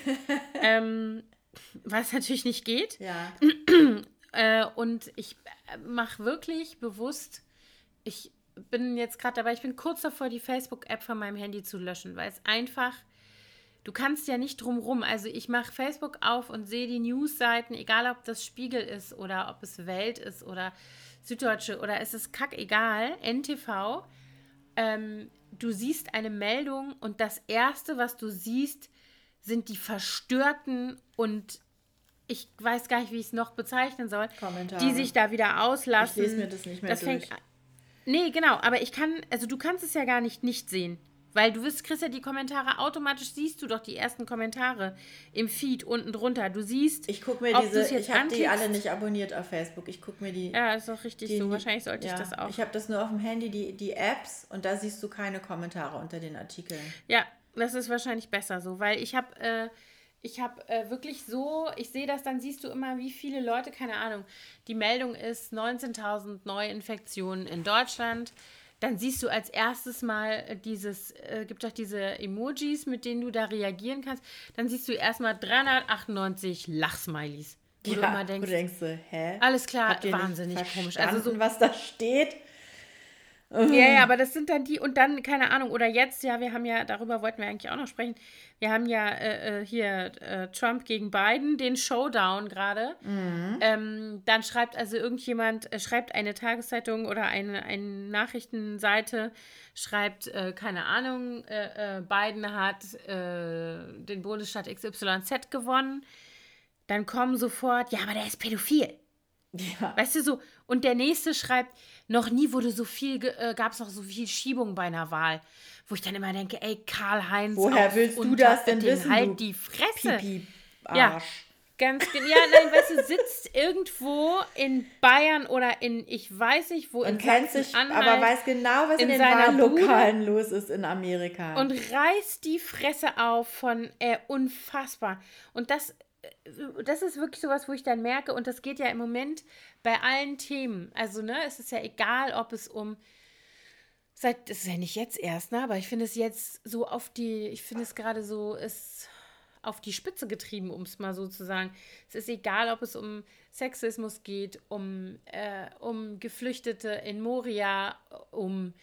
was natürlich nicht geht. Ja. Und ich mache wirklich bewusst, ich bin jetzt gerade dabei, ich bin kurz davor, die Facebook-App von meinem Handy zu löschen, weil es einfach, du kannst ja nicht drum rum. Also ich mache Facebook auf und sehe die Newsseiten, egal ob das Spiegel ist oder ob es Welt ist oder Süddeutsche oder es ist kackegal, NTV. Du siehst eine Meldung und das Erste, was du siehst, sind die verstörten und ich weiß gar nicht, wie ich es noch bezeichnen soll, Kommentare, die sich da wieder auslassen. Ich lese mir das nicht mehr durch. Nee, genau, aber du kannst es ja gar nicht sehen. Weil kriegst ja die Kommentare, automatisch siehst du doch die ersten Kommentare im Feed unten drunter. Du siehst, ich gucke mir ich habe die alle nicht abonniert auf Facebook. Ich gucke mir die. Ja, ist auch richtig so. Wahrscheinlich sollte ich das auch. Ich habe das nur auf dem Handy, die Apps, und da siehst du keine Kommentare unter den Artikeln. Ja, das ist wahrscheinlich besser so, weil ich habe wirklich so, ich sehe das, dann siehst du immer, wie viele Leute, keine Ahnung, die Meldung ist 19.000 Neuinfektionen in Deutschland. Dann siehst du als erstes mal gibt doch diese Emojis, mit denen du da reagieren kannst. Dann siehst du erstmal 398 Lachsmilies. Wo du immer denkst, hä? Alles klar, wahnsinnig komisch. Also so, was da steht? Ja, aber das sind dann die, und dann, keine Ahnung, oder jetzt, darüber wollten wir eigentlich auch noch sprechen, wir haben ja hier Trump gegen Biden, den Showdown gerade. Dann schreibt also irgendjemand, schreibt eine Tageszeitung oder eine Nachrichtenseite, schreibt, keine Ahnung, Biden hat den Bundesstaat XYZ gewonnen. Dann kommen sofort, ja, aber der ist pädophil. Ja. Weißt du so, und der nächste schreibt, noch nie wurde so viel, gab es noch so viel Schiebung bei einer Wahl. Wo ich dann immer denke, ey, Karl-Heinz Woher aus willst du das denn Unterfitting, wissen, halt du die Fresse. Ja, Pipi-Arsch? ganz genau. Ja, nein, weißt du, sitzt irgendwo in Bayern oder in, ich weiß nicht wo, Und in kennt sich, aber Sachsen-Anhalt, weiß genau, was in in den seiner Bude Wahllokalen los ist in Amerika. und reißt die Fresse auf von unfassbar. Und das ist wirklich sowas, wo ich dann merke, und das geht ja im Moment bei allen Themen. Also, ne, es ist ja egal, ob es das ist ja nicht jetzt erst, ne, aber ich finde es jetzt so ich finde es gerade so, ist auf die Spitze getrieben, um es mal so zu sagen. Es ist egal, ob es um Sexismus geht, um Geflüchtete in Moria, um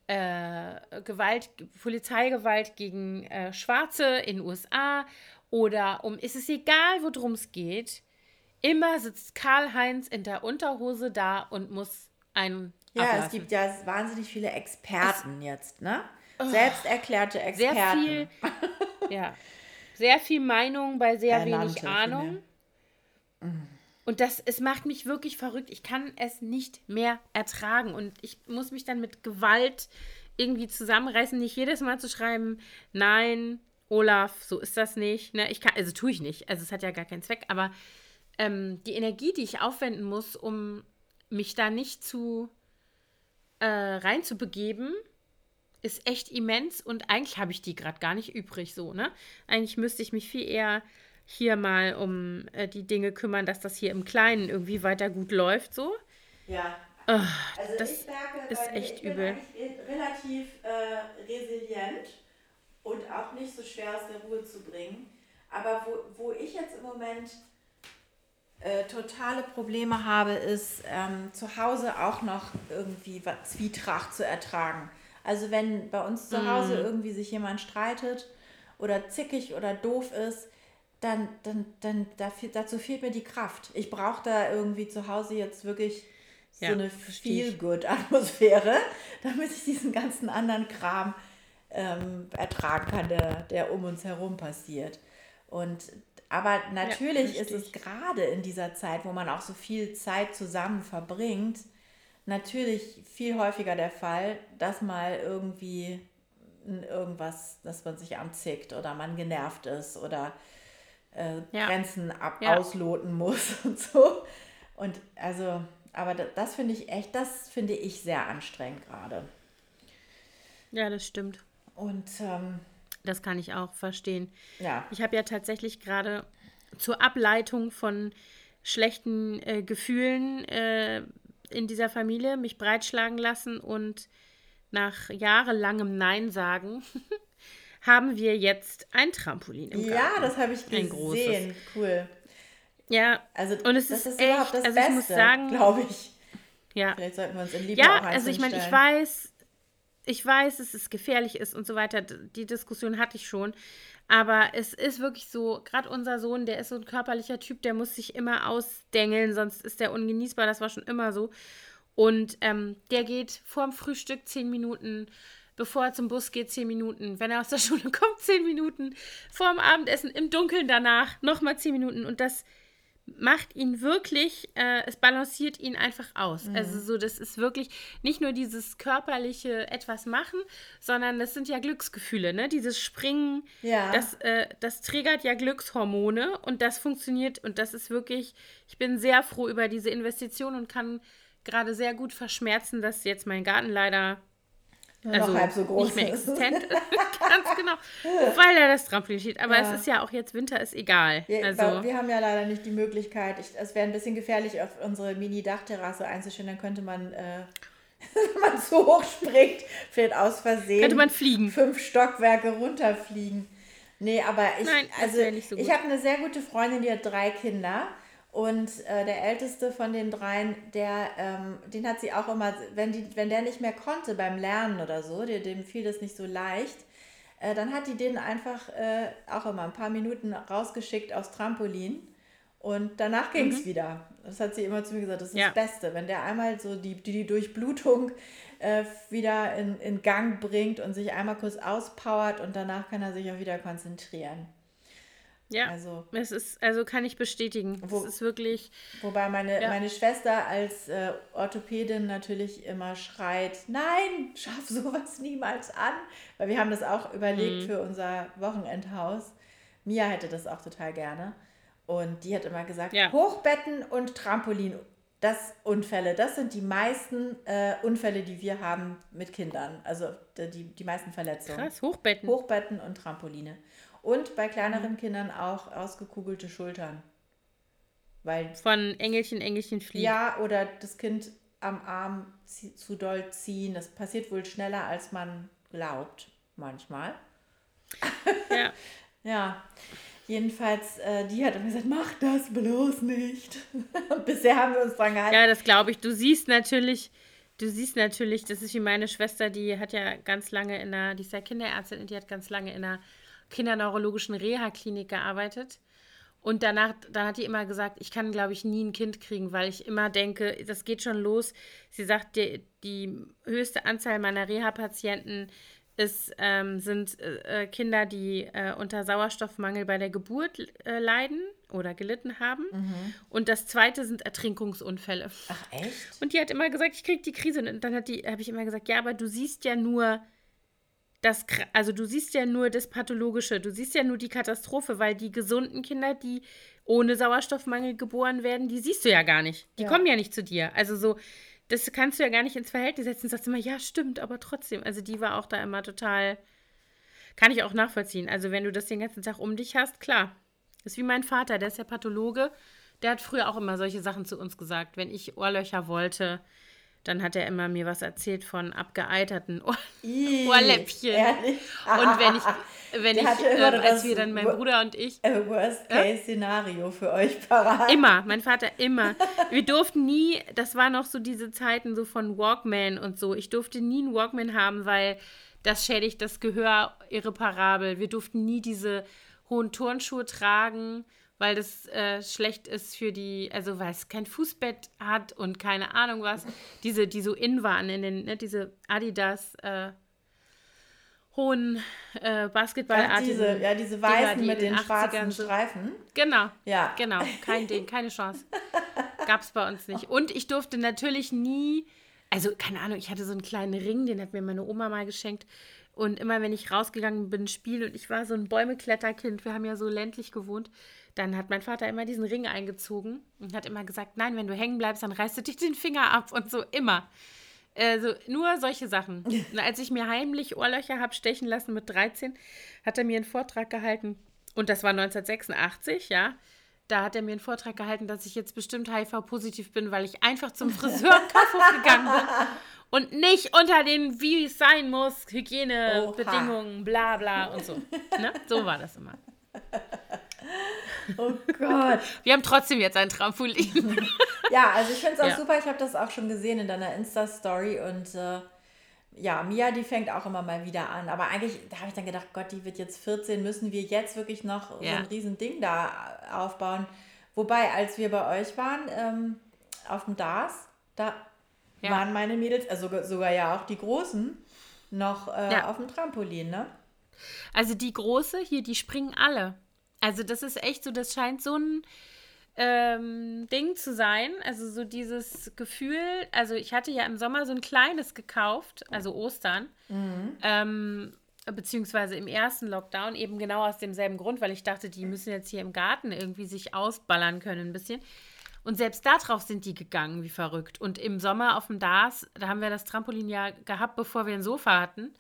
Polizeigewalt gegen Schwarze in den USA oder ist es egal, worum es geht, immer sitzt Karl-Heinz in der Unterhose da und muss einen Ja, es ablassen. gibt ja wahnsinnig viele Experten jetzt, ne? Selbsterklärte Sehr viel, Experten. ja, sehr viel Meinung bei sehr wenig Ernannte Ahnung. vielmehr. Und es macht mich wirklich verrückt. Ich kann es nicht mehr ertragen. Und ich muss mich dann mit Gewalt irgendwie zusammenreißen, nicht jedes Mal zu schreiben, nein, Olaf, so ist das nicht. Ne? Also tue ich nicht. Also es hat ja gar keinen Zweck. Aber die Energie, die ich aufwenden muss, um mich da nicht reinzubegeben, ist echt immens. Und eigentlich habe ich die gerade gar nicht übrig, so, ne? Eigentlich müsste ich mich viel eher hier mal um die Dinge kümmern, dass das hier im Kleinen irgendwie weiter gut läuft, so. Ja. Ah, Also das ich merke, ist bei mir, echt ich bin übel. eigentlich relativ resilient und auch nicht so schwer aus der Ruhe zu bringen. Aber wo ich jetzt im Moment totale Probleme habe, ist zu Hause auch noch irgendwie Zwietracht zu ertragen. Also wenn bei uns zu Hause irgendwie sich jemand streitet oder zickig oder doof ist, dazu fehlt mir die Kraft. Ich brauche da irgendwie zu Hause jetzt wirklich so Ja, eine verstehe ich. Feel-Good-Atmosphäre, damit ich diesen ganzen anderen Kram ertragen kann, der um uns herum passiert. Aber natürlich ist verstehe es ich. gerade in dieser Zeit, wo man auch so viel Zeit zusammen verbringt, natürlich viel häufiger der Fall, dass mal irgendwie irgendwas, dass man sich anzickt oder man genervt ist oder Ja, Grenzen ja, ausloten muss und so. Und also, aber das finde ich echt, das finde ich sehr anstrengend gerade. ja, das stimmt. Und Das kann ich auch verstehen. ja, Ich habe ja tatsächlich gerade zur Ableitung von schlechten Gefühlen in dieser Familie mich breitschlagen lassen und nach jahrelangem Nein sagen haben wir jetzt ein Trampolin im ja, Garten. das habe ich Ein großes. gesehen, cool. Ja, Also und es das ist ist überhaupt echt, das also ich muss Beste, sagen, glaube ich. ja, Vielleicht sollten wir uns in Libau ja, auch eins also ich meine, hinstellen. ich weiß, dass es gefährlich ist und so weiter. Die Diskussion hatte ich schon. Aber es ist wirklich so, gerade unser Sohn, der ist so ein körperlicher Typ, der muss sich immer ausdengeln, sonst ist der ungenießbar. Das war schon immer so. Und der geht vorm Frühstück 10 Minuten, bevor er zum Bus geht 10 Minuten, wenn er aus der Schule kommt 10 Minuten, vorm Abendessen, im Dunkeln danach nochmal 10 Minuten. Und das macht ihn wirklich, es balanciert ihn einfach aus. Also so, das ist wirklich nicht nur dieses körperliche etwas machen, sondern das sind ja Glücksgefühle, ne? Dieses Springen, Ja, das triggert ja Glückshormone und das funktioniert und das ist wirklich, ich bin sehr froh über diese Investition und kann gerade sehr gut verschmerzen, dass jetzt mein Garten leider nur noch halb so nicht groß mehr ist. existent ist. Ganz genau, weil da das Trampolin steht. Aber es ist Ja. ja auch jetzt Winter, ist egal. Also, Wir haben ja leider nicht die Möglichkeit, es wäre ein bisschen gefährlich, auf unsere Mini-Dachterrasse einzustellen, dann könnte man, wenn man zu hoch springt, vielleicht aus könnte man Versehen fliegen. 5 Stockwerke runterfliegen. Nee, aber Nein, das wäre nicht so ich gut. habe eine sehr gute Freundin, die hat 3 Kinder und der älteste von den dreien, den hat sie auch immer, wenn der nicht mehr konnte beim Lernen oder so, dem fiel das nicht so leicht, dann hat die den einfach auch immer ein paar Minuten rausgeschickt aufs Trampolin und danach ging es wieder. Das hat sie immer zu mir gesagt, das ist das Ja, Beste, wenn der einmal so die Durchblutung wieder in Gang bringt und sich einmal kurz auspowert und danach kann er sich auch wieder konzentrieren. Ja, also kann ich bestätigen. Es ist wirklich. Wobei meine Schwester als Orthopädin natürlich immer schreit, nein, schaff sowas niemals an. Weil wir haben das auch überlegt für unser Wochenendhaus. Mia hätte das auch total gerne. Und die hat immer gesagt, Hochbetten und Trampolin, Unfälle, das sind die meisten Unfälle, die wir haben mit Kindern. Also die meisten Verletzungen. Krass, Hochbetten. Hochbetten und Trampoline. Und bei kleineren Kindern auch ausgekugelte Schultern. Weil von Engelchen fliegt. Ja, oder das Kind am Arm zu doll ziehen. Das passiert wohl schneller, als man glaubt, manchmal. Ja. Ja, jedenfalls, die hat immer gesagt, mach das bloß nicht. Und bisher haben wir uns dran gehalten. Ja, das glaube ich. Du siehst natürlich, das ist wie meine Schwester, die hat ja ganz lange die ist ja Kinderärztin und die hat ganz lange in einer kinderneurologischen Reha-Klinik gearbeitet. Und dann hat die immer gesagt, ich kann, glaube ich, nie ein Kind kriegen, weil ich immer denke, das geht schon los. Sie sagt, die höchste Anzahl meiner Reha-Patienten sind Kinder, die unter Sauerstoffmangel bei der Geburt leiden oder gelitten haben. Und das zweite sind Ertrinkungsunfälle. Ach, echt? Und die hat immer gesagt, ich kriege die Krise. Und dann habe ich immer gesagt, ja, aber du siehst ja nur das Pathologische, du siehst ja nur die Katastrophe, weil die gesunden Kinder, die ohne Sauerstoffmangel geboren werden, die siehst du ja gar nicht. Die kommen ja nicht zu dir. Also so, das kannst du ja gar nicht ins Verhältnis setzen. Du sagst immer, ja, stimmt, aber trotzdem. Also die war auch da immer total, kann ich auch nachvollziehen. Also wenn du das den ganzen Tag um dich hast, klar. Das ist wie mein Vater, der ist ja Pathologe. Der hat früher auch immer solche Sachen zu uns gesagt. Wenn ich Ohrlöcher wollte, dann hat er immer mir was erzählt von abgeeiterten Ohrläppchen. Ehrlich? Und als wir dann, mein Bruder und ich... Worst-Case-Szenario für euch parat. Immer, mein Vater immer. Wir durften nie, das war noch so diese Zeiten so von Walkman und so, ich durfte nie einen Walkman haben, weil das schädigt das Gehör irreparabel. Wir durften nie diese hohen Turnschuhe tragen, weil das schlecht ist für also weil es kein Fußbett hat und keine Ahnung was, die so in waren, diese Adidas hohen Basketballartigen. Diese weißen mit den schwarzen Streifen. Genau, genau, keine Chance. Gab's bei uns nicht. Und ich durfte natürlich nie, also keine Ahnung, ich hatte so einen kleinen Ring, den hat mir meine Oma mal geschenkt. Und immer, wenn ich rausgegangen bin, Spiel, und ich war so ein Bäumekletterkind, wir haben ja so ländlich gewohnt, dann hat mein Vater immer diesen Ring eingezogen und hat immer gesagt, nein, wenn du hängen bleibst, dann reißt du dich den Finger ab und so, immer. Also nur solche Sachen. Und als ich mir heimlich Ohrlöcher habe stechen lassen mit 13, hat er mir einen Vortrag gehalten, und das war 1986, ja, da hat er mir einen Vortrag gehalten, dass ich jetzt bestimmt HIV-positiv bin, weil ich einfach zum Friseur kaputt gegangen bin. Und nicht unter den, wie es sein muss, Hygienebedingungen, bla bla und so. Ne? So war das immer. Oh Gott. Wir haben trotzdem jetzt ein Trampolin. Ja, also ich finde es auch super. Ich habe das auch schon gesehen in deiner Insta-Story. Und Mia, die fängt auch immer mal wieder an. Aber eigentlich, da habe ich dann gedacht, Gott, die wird jetzt 14. Müssen wir jetzt wirklich noch so ein riesen Ding da aufbauen? Wobei, als wir bei euch waren, auf dem DAS, da waren meine Mädels, also sogar ja auch die Großen, noch auf dem Trampolin, ne? Also die Große hier, die springen alle. Also das ist echt so, das scheint so ein Ding zu sein. Also so dieses Gefühl, also ich hatte ja im Sommer so ein kleines gekauft, also Ostern, beziehungsweise im ersten Lockdown, eben genau aus demselben Grund, weil ich dachte, die müssen jetzt hier im Garten irgendwie sich ausballern können ein bisschen. Und selbst darauf sind die gegangen, wie verrückt. Und im Sommer auf dem DAS, da haben wir das Trampolin ja gehabt, bevor wir ein Sofa hatten.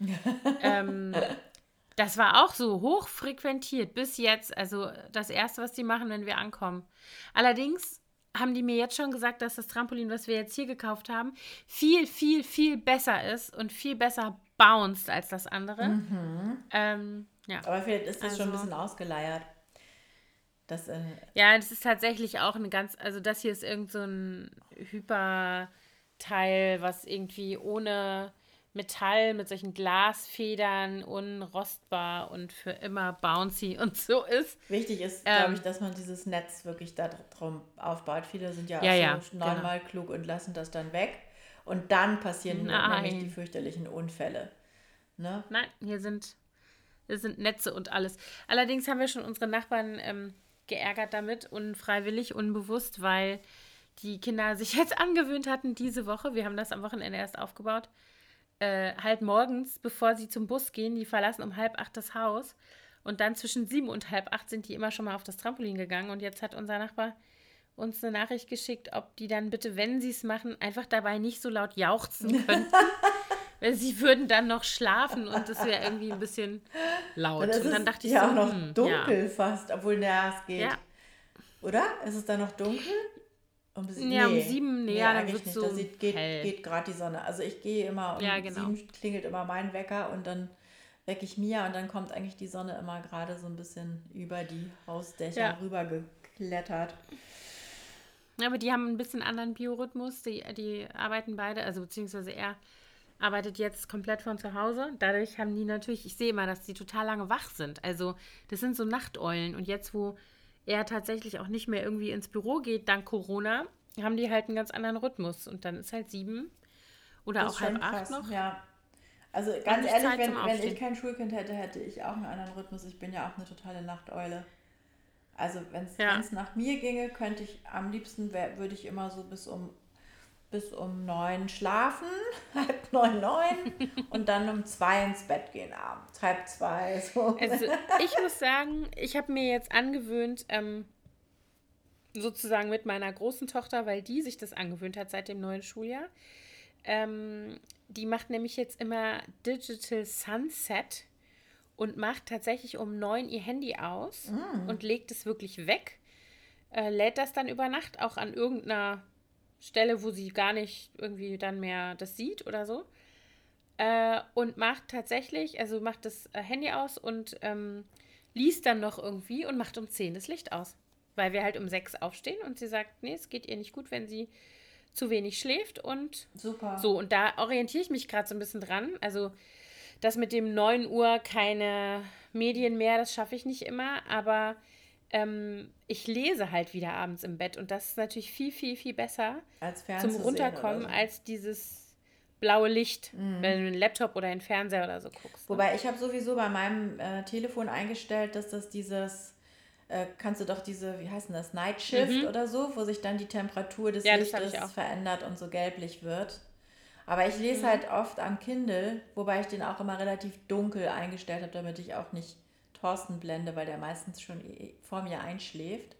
Das war auch so hoch frequentiert bis jetzt. Also das Erste, was die machen, wenn wir ankommen. Allerdings haben die mir jetzt schon gesagt, dass das Trampolin, was wir jetzt hier gekauft haben, viel, viel, viel besser ist und viel besser bounced als das andere. Aber vielleicht ist das schon ein bisschen ausgeleiert. Das ist tatsächlich auch also das hier ist irgend so ein Hyperteil, was irgendwie ohne Metall mit solchen Glasfedern, unrostbar und für immer bouncy und so ist. Wichtig ist, glaube ich, dass man dieses Netz wirklich da drum aufbaut. Viele sind ja auch so neunmal klug und lassen das dann weg. Und dann passieren nämlich die fürchterlichen Unfälle. Ne? Nein, hier sind Es sind Netze und alles. Allerdings haben wir schon unsere Nachbarn geärgert damit, unfreiwillig, unbewusst, weil die Kinder sich jetzt angewöhnt hatten diese Woche, wir haben das am Wochenende erst aufgebaut, halt morgens, bevor sie zum Bus gehen, die verlassen um 7:30 das Haus und dann zwischen 7 und 7:30 sind die immer schon mal auf das Trampolin gegangen und jetzt hat unser Nachbar uns eine Nachricht geschickt, ob die dann bitte, wenn sie es machen, einfach dabei nicht so laut jauchzen könnten, weil sie würden dann noch schlafen und das wäre irgendwie ein bisschen Dann laut. ist Und es dann dachte ich so, ja auch noch ja, dunkel fast, obwohl, naja, es geht. ja, Oder? Ist es dann noch dunkel? ja, um Nee, 7, nee, nee, ja, dann eigentlich wird es nicht. Da so geht, hell. geht gerade die Sonne. Also ich gehe immer Ja, um genau. 7 klingelt immer mein Wecker und dann wecke ich Mia und dann kommt eigentlich die Sonne immer gerade so ein bisschen über die Hausdächer Ja. rüber geklettert. Aber die haben ein bisschen anderen Biorhythmus. Die arbeiten beide, also beziehungsweise er arbeitet jetzt komplett von zu Hause. Dadurch haben die natürlich, ich sehe immer, dass die total lange wach sind. Also das sind so Nachteulen. Und jetzt, wo er tatsächlich auch nicht mehr irgendwie ins Büro geht, dank Corona, haben die halt einen ganz anderen Rhythmus. Und dann ist halt 7 oder Das ist auch schon 7:30 krass, noch. ja. Also ganz Eigentlich ehrlich, Zeit zum wenn ich Aufstehen. kein Schulkind hätte, hätte ich auch einen anderen Rhythmus. Ich bin ja auch eine totale Nachteule. Also wenn Ja. es nach mir ginge, könnte ich am liebsten, würde ich immer so bis um 9 schlafen, 8:30, 9 und dann um 2 ins Bett gehen abends, 1:30 so. Also ich muss sagen, ich habe mir jetzt angewöhnt, sozusagen mit meiner großen Tochter, weil die sich das angewöhnt hat seit dem neuen Schuljahr. Die macht nämlich jetzt immer Digital Sunset und macht tatsächlich um 9 ihr Handy aus und legt es wirklich weg. Lädt das dann über Nacht auch an irgendeiner Stelle, wo sie gar nicht irgendwie dann mehr das sieht oder so. Und macht tatsächlich, also macht das Handy aus und liest dann noch irgendwie und macht um 10 das Licht aus. Weil wir halt um 6 aufstehen und sie sagt, nee, es geht ihr nicht gut, wenn sie zu wenig schläft und Super. so. Und da orientiere ich mich gerade so ein bisschen dran. Also das mit dem 9 Uhr keine Medien mehr, das schaffe ich nicht immer, aber ich lese halt wieder abends im Bett und das ist natürlich viel, viel, viel besser Als zum fernzusehen oder Runterkommen so. als dieses blaue Licht, wenn du einen Laptop oder einen Fernseher oder so guckst. Ne? Wobei ich habe sowieso bei meinem Telefon eingestellt, dass das kannst du doch wie heißt denn das, Night Shift oder so, wo sich dann die Temperatur des Ja, das habe ich Lichtes auch. verändert und so gelblich wird. Aber ich lese halt oft am Kindle, wobei ich den auch immer relativ dunkel eingestellt habe, damit ich auch nicht Thorsten blende, weil der meistens schon vor mir einschläft.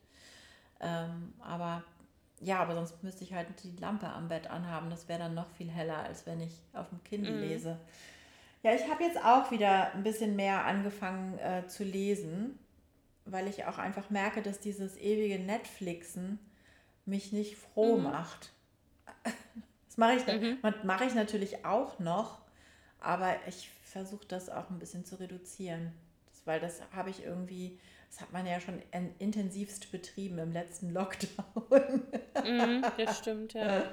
Aber ja, aber sonst müsste ich halt die Lampe am Bett anhaben. Das wäre dann noch viel heller, als wenn ich auf dem Kindle lese. Ja, ich habe jetzt auch wieder ein bisschen mehr angefangen zu lesen, weil ich auch einfach merke, dass dieses ewige Netflixen mich nicht froh macht. Das mache ich natürlich auch noch, aber ich versuche das auch ein bisschen zu reduzieren. Weil das habe ich irgendwie, das hat man ja schon intensivst betrieben im letzten Lockdown. Das stimmt, ja.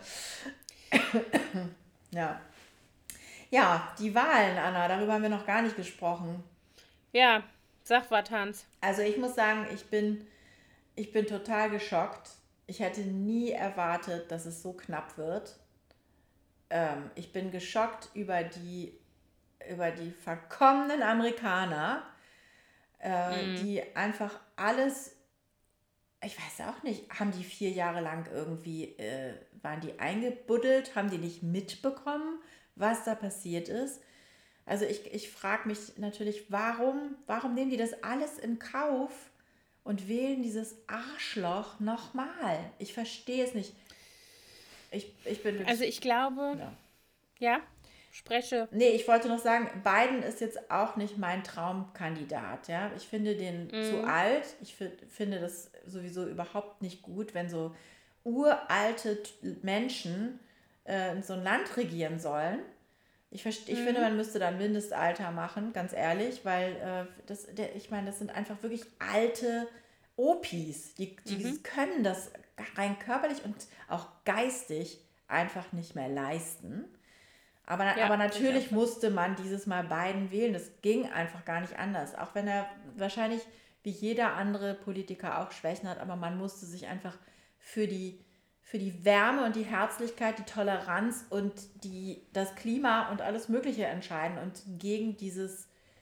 Ja. Ja, die Wahlen, Anna, darüber haben wir noch gar nicht gesprochen. Ja, sag was, Hans. Also ich muss sagen, ich bin total geschockt. Ich hätte nie erwartet, dass es so knapp wird. Ich bin geschockt über die verkommenen Amerikaner, die einfach alles, ich weiß auch nicht, haben die 4 Jahre lang irgendwie, waren die eingebuddelt, haben die nicht mitbekommen, was da passiert ist? Also ich frage mich natürlich, warum nehmen die das alles in Kauf und wählen dieses Arschloch nochmal? Ich verstehe es nicht. Ich bin Also wirklich, ich glaube, ja. ja, spreche. Nee, ich wollte noch sagen, Biden ist jetzt auch nicht mein Traumkandidat. Ja? Ich finde den zu alt. Ich finde das sowieso überhaupt nicht gut, wenn so uralte Menschen so ein Land regieren sollen. Ich finde, man müsste da ein Mindestalter machen, ganz ehrlich, weil ich meine, das sind einfach wirklich alte Opis. Die können das rein körperlich und auch geistig einfach nicht mehr leisten. Aber Ja, natürlich musste man dieses Mal Biden wählen. Das ging einfach gar nicht anders. Auch wenn er wahrscheinlich wie jeder andere Politiker auch Schwächen hat, aber man musste sich einfach für die Wärme und die Herzlichkeit, die Toleranz und das Klima und alles Mögliche entscheiden und gegen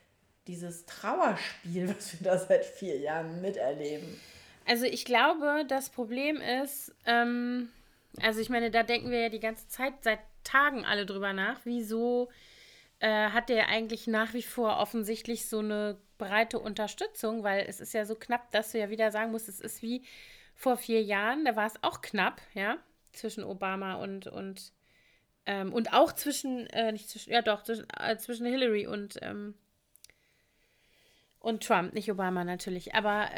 dieses Trauerspiel, was wir da seit 4 Jahren miterleben. Also ich glaube, das Problem ist, also ich meine, da denken wir ja die ganze Zeit, seit Tagen alle drüber nach, wieso hat der eigentlich nach wie vor offensichtlich so eine breite Unterstützung, weil es ist ja so knapp, dass du ja wieder sagen musst, es ist wie vor 4 Jahren, da war es auch knapp, ja, zwischen Obama und auch nicht zwischen, ja doch, zwischen Hillary und Trump, nicht Obama natürlich, aber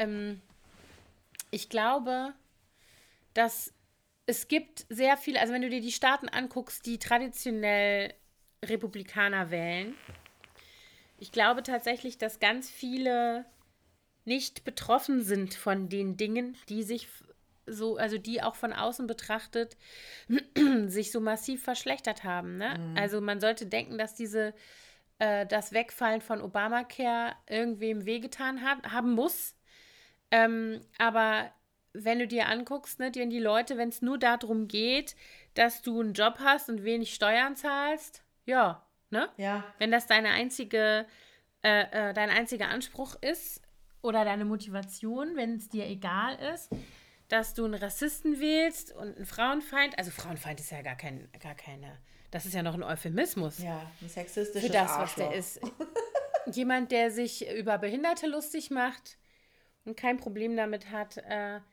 ich glaube, dass es gibt sehr viele, also wenn du dir die Staaten anguckst, die traditionell Republikaner wählen, ich glaube tatsächlich, dass ganz viele nicht betroffen sind von den Dingen, die sich so, also die auch von außen betrachtet, sich so massiv verschlechtert haben. Ne? Also man sollte denken, dass das Wegfallen von Obamacare irgendwem wehgetan haben muss. Aber wenn du dir anguckst, ne, wenn die Leute, wenn es nur darum geht, dass du einen Job hast und wenig Steuern zahlst, ja, ne? Ja. Wenn das dein einziger Anspruch ist oder deine Motivation, wenn es dir egal ist, dass du einen Rassisten wählst und einen Frauenfeind, also Frauenfeind ist ja gar keine, das ist ja noch ein Euphemismus. Ja, ein sexistisches für das, Arschloch. was der ist. Jemand, der sich über Behinderte lustig macht und kein Problem damit hat,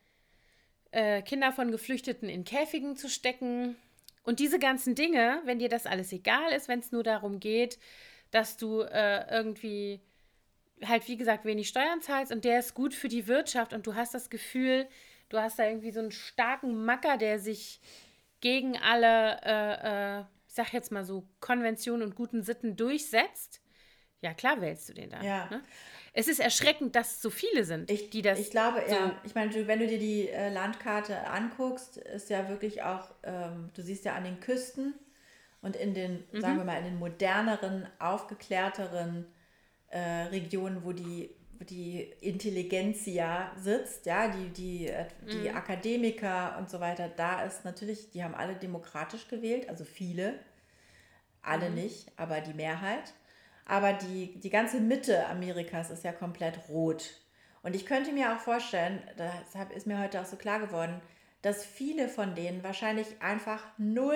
Kinder von Geflüchteten in Käfigen zu stecken. Und diese ganzen Dinge, wenn dir das alles egal ist, wenn es nur darum geht, dass du irgendwie halt, wie gesagt, wenig Steuern zahlst und der ist gut für die Wirtschaft und du hast das Gefühl, du hast da irgendwie so einen starken Macker, der sich gegen alle, ich sag jetzt mal so, Konventionen und guten Sitten durchsetzt, ja klar wählst du den dann. Ja. Ne? Es ist erschreckend, dass es so viele sind, die das. Ich glaube, so, ja. Ich meine, wenn du dir die Landkarte anguckst, ist ja wirklich auch, du siehst ja an den Küsten und in den, sagen wir mal, in den moderneren, aufgeklärteren Regionen, wo die Intelligenzia sitzt, ja, die Akademiker und so weiter, da ist natürlich, die haben alle demokratisch gewählt, also viele, alle nicht, aber die Mehrheit. Aber die ganze Mitte Amerikas ist ja komplett rot. Und ich könnte mir auch vorstellen, deshalb ist mir heute auch so klar geworden, dass viele von denen wahrscheinlich einfach null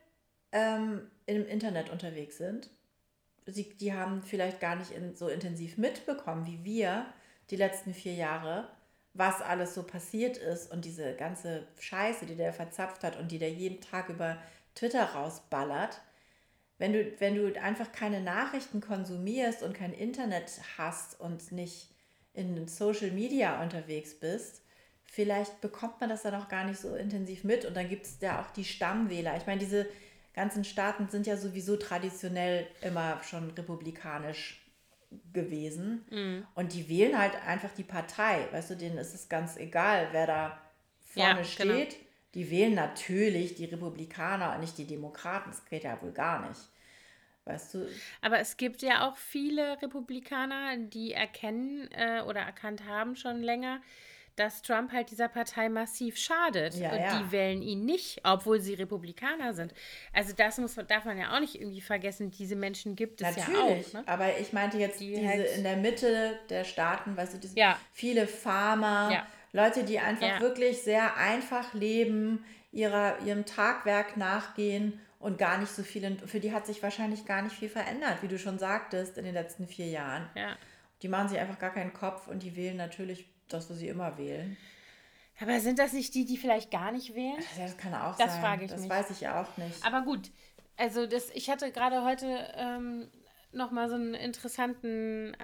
im Internet unterwegs sind. Die haben vielleicht gar nicht so intensiv mitbekommen wie wir die letzten 4 Jahre, was alles so passiert ist und diese ganze Scheiße, die der verzapft hat und die der jeden Tag über Twitter rausballert. Wenn du einfach keine Nachrichten konsumierst und kein Internet hast und nicht in Social Media unterwegs bist, vielleicht bekommt man das dann auch gar nicht so intensiv mit. Und dann gibt es ja auch die Stammwähler. Ich meine, diese ganzen Staaten sind ja sowieso traditionell immer schon republikanisch gewesen. Und die wählen halt einfach die Partei. Weißt du, denen ist es ganz egal, wer da vorne steht. Genau. Die wählen natürlich die Republikaner und nicht die Demokraten. Das geht ja wohl gar nicht. Weißt du? Aber es gibt ja auch viele Republikaner, die erkennen oder erkannt haben schon länger, dass Trump halt dieser Partei massiv schadet. Ja, und ja. Die wählen ihn nicht, obwohl sie Republikaner sind. Also das darf man ja auch nicht irgendwie vergessen. Diese Menschen gibt es natürlich, ja auch. Ne? Aber ich meinte jetzt diese halt in der Mitte der Staaten, weißt du, viele Farmer, Leute, die einfach wirklich sehr einfach leben, ihrem Tagwerk nachgehen und gar nicht so viel, für die hat sich wahrscheinlich gar nicht viel verändert, wie du schon sagtest, in den letzten 4 Jahren. Ja. Die machen sich einfach gar keinen Kopf und die wählen natürlich das, was sie immer wählen. Aber sind das nicht die vielleicht gar nicht wählen? Ja, das kann auch sein. Das frage ich mich. Das weiß ich auch nicht. Aber gut, also ich hatte gerade heute nochmal so eine interessante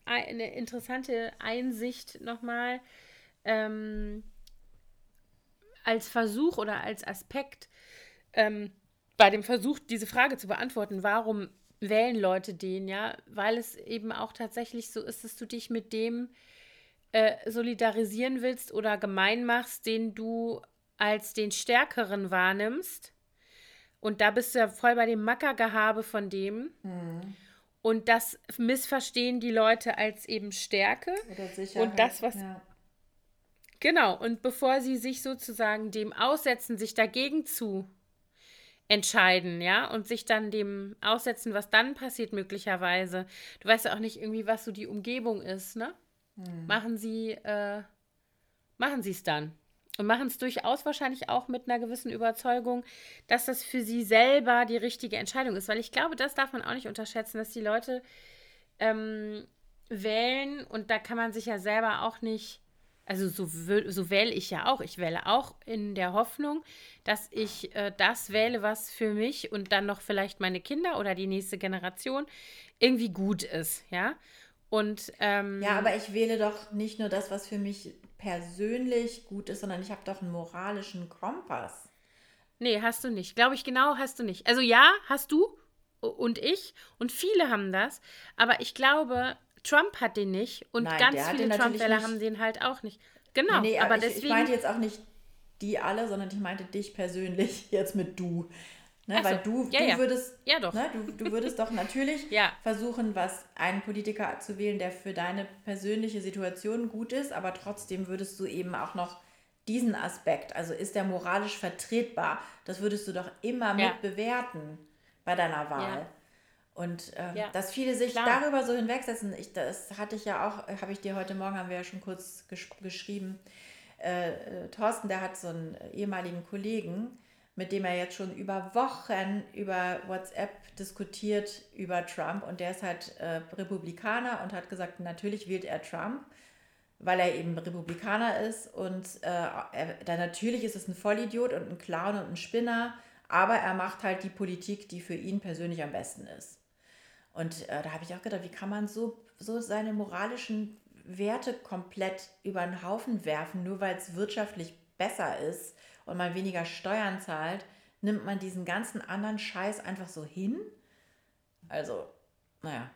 Einsicht nochmal als Versuch oder als Aspekt bei dem Versuch, diese Frage zu beantworten, warum wählen Leute den, ja? Weil es eben auch tatsächlich so ist, dass du dich mit dem solidarisieren willst oder gemein machst, den du als den Stärkeren wahrnimmst. Und da bist du ja voll bei dem Mackergehabe von dem. Und das missverstehen die Leute als eben Stärke. Oder Sicherheit. Und das, was... Ja. Genau, und bevor sie sich sozusagen dem aussetzen, sich dagegen zu entscheiden, ja, und sich dann dem aussetzen, was dann passiert möglicherweise. Du weißt ja auch nicht irgendwie, was so die Umgebung ist, ne? Machen sie, machen sie es dann. Und machen es durchaus wahrscheinlich auch mit einer gewissen Überzeugung, dass das für sie selber die richtige Entscheidung ist. Weil ich glaube, das darf man auch nicht unterschätzen, dass die Leute wählen und da kann man sich ja selber auch nicht, also so wähle ich ja auch. Ich wähle auch in der Hoffnung, dass ich das wähle, was für mich und dann noch vielleicht meine Kinder oder die nächste Generation irgendwie gut ist, ja. Und Ja, aber ich wähle doch nicht nur das, was für mich persönlich gut ist, sondern ich habe doch einen moralischen Kompass. nee, hast du nicht. Glaube ich genau, hast du nicht. Also ja, hast du und ich und viele haben das, aber ich glaube, Trump hat den nicht und Nein, ganz der hat den viele natürlich Trump-Wähler nicht. haben den halt auch nicht. Nee, Genau, nee, aber aber ich deswegen, meinte jetzt auch nicht die alle, sondern ich meinte dich persönlich jetzt mit du. Ne, ach weil so, ja, du ja, würdest, ja doch, ne, du würdest doch natürlich ja, versuchen, einen Politiker zu wählen, der für deine persönliche Situation gut ist, aber trotzdem würdest du eben auch noch diesen Aspekt, also ist der moralisch vertretbar, das würdest du doch immer ja, mit bewerten bei deiner ja, Wahl. Und ja, dass viele sich klar. darüber so hinwegsetzen, das hatte ich ja auch, habe ich dir heute Morgen, haben wir ja schon kurz geschrieben, Thorsten, der hat so einen ehemaligen Kollegen, mit dem er jetzt schon über Wochen über WhatsApp diskutiert über Trump und der ist halt Republikaner und hat gesagt, natürlich wählt er Trump, weil er eben Republikaner ist und dann natürlich ist es ein Vollidiot und ein Clown und ein Spinner, aber er macht halt die Politik, die für ihn persönlich am besten ist. Und da habe ich auch gedacht, wie kann man so seine moralischen Werte komplett über den Haufen werfen, nur weil es wirtschaftlich besser ist und man weniger Steuern zahlt, nimmt man diesen ganzen anderen Scheiß einfach so hin? Also, naja.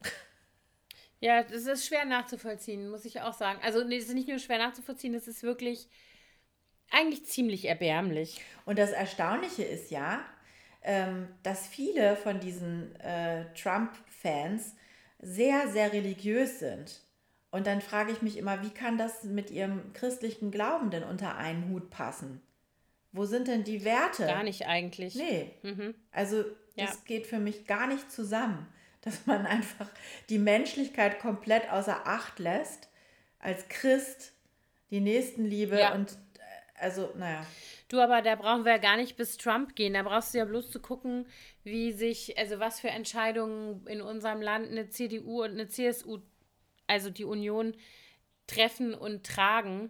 Ja, das ist schwer nachzuvollziehen, muss ich auch sagen. Also, nee, es ist nicht nur schwer nachzuvollziehen, es ist wirklich eigentlich ziemlich erbärmlich. Und das Erstaunliche ist ja, dass viele von diesen Trump-Fans sehr, sehr religiös sind. Und dann frage ich mich immer, wie kann das mit ihrem christlichen Glauben denn unter einen Hut passen? Wo sind denn die Werte? Gar nicht eigentlich. Nee, Mhm. also Ja. das geht für mich gar nicht zusammen, dass man einfach die Menschlichkeit komplett außer Acht lässt, als Christ, die Nächstenliebe Ja. und also, naja. Du, aber da brauchen wir ja gar nicht bis Trump gehen. Da brauchst du ja bloß zu gucken, wie sich, also was für Entscheidungen in unserem Land eine CDU und eine CSU, also die Union, treffen und tragen.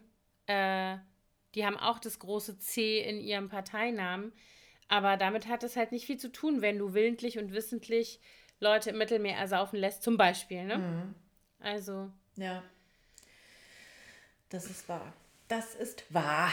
Die haben auch das große C in ihrem Parteinamen. Aber damit hat es halt nicht viel zu tun, wenn du willentlich und wissentlich Leute im Mittelmeer ersaufen lässt, zum Beispiel, ne? Also, Ja, das ist wahr. Das ist wahr.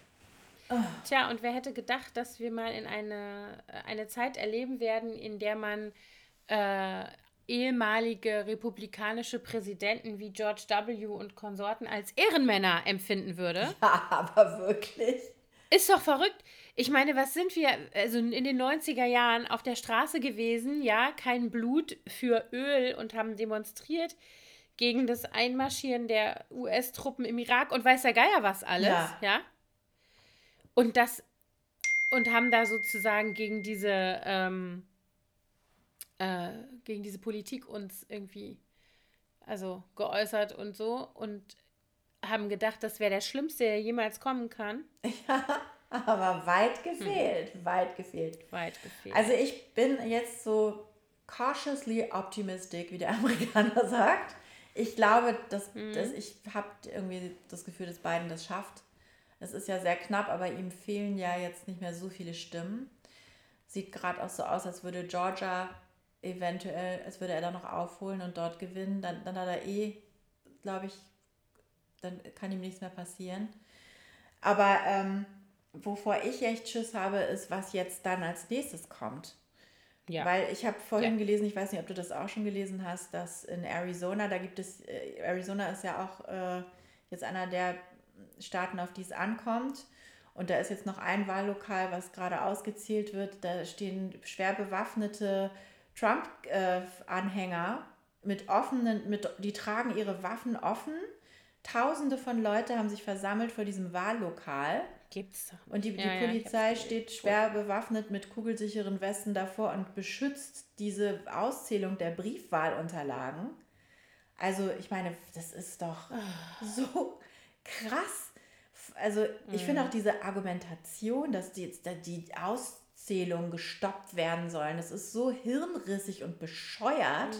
tja, und wer hätte gedacht, dass wir mal in eine Zeit erleben werden, in der man äh, ehemalige republikanische Präsidenten wie George W. und Konsorten als Ehrenmänner empfinden würde? Ja, aber wirklich. Ist doch verrückt. Ich meine, was sind wir, also in den 90er Jahren auf der Straße gewesen, ja, kein Blut für Öl und haben demonstriert gegen das Einmarschieren der US-Truppen im Irak und weiß der Geier was alles, Ja, ja? Und das, und haben da sozusagen gegen diese Politik uns irgendwie, also geäußert und so und haben gedacht, das wäre der Schlimmste, der jemals kommen kann. aber weit gefehlt, weit gefehlt. Weit gefehlt. Also ich bin jetzt so cautiously optimistic, wie der Amerikaner sagt. Ich glaube, dass ich habe irgendwie das Gefühl, dass Biden das schafft. Es ist ja sehr knapp, aber ihm fehlen ja jetzt nicht mehr so viele Stimmen. Sieht gerade auch so aus, als würde Georgia eventuell, als würde er da noch aufholen und dort gewinnen. Dann hat er glaube ich, dann kann ihm nichts mehr passieren. Aber wovor ich echt Schiss habe, ist, was jetzt dann als nächstes kommt. Ja. Weil ich habe vorhin Ja. gelesen, ich weiß nicht, ob du das auch schon gelesen hast, dass in Arizona, da gibt es, Arizona ist ja auch jetzt einer der Staaten, auf die es ankommt. Und da ist jetzt noch ein Wahllokal, was gerade ausgezählt wird. Da stehen schwer bewaffnete Trump-Anhänger die tragen ihre Waffen offen. Tausende von Leuten haben sich versammelt vor diesem Wahllokal Gibt's doch Und nicht. die Ja, ja, ich hab's Polizei gelesen. steht schwer bewaffnet mit kugelsicheren Westen davor und beschützt diese Auszählung der Briefwahlunterlagen. Also ich meine, das ist doch so krass. Also ich finde auch diese Argumentation, dass die Auszählungen gestoppt werden sollen, das ist so hirnrissig und bescheuert.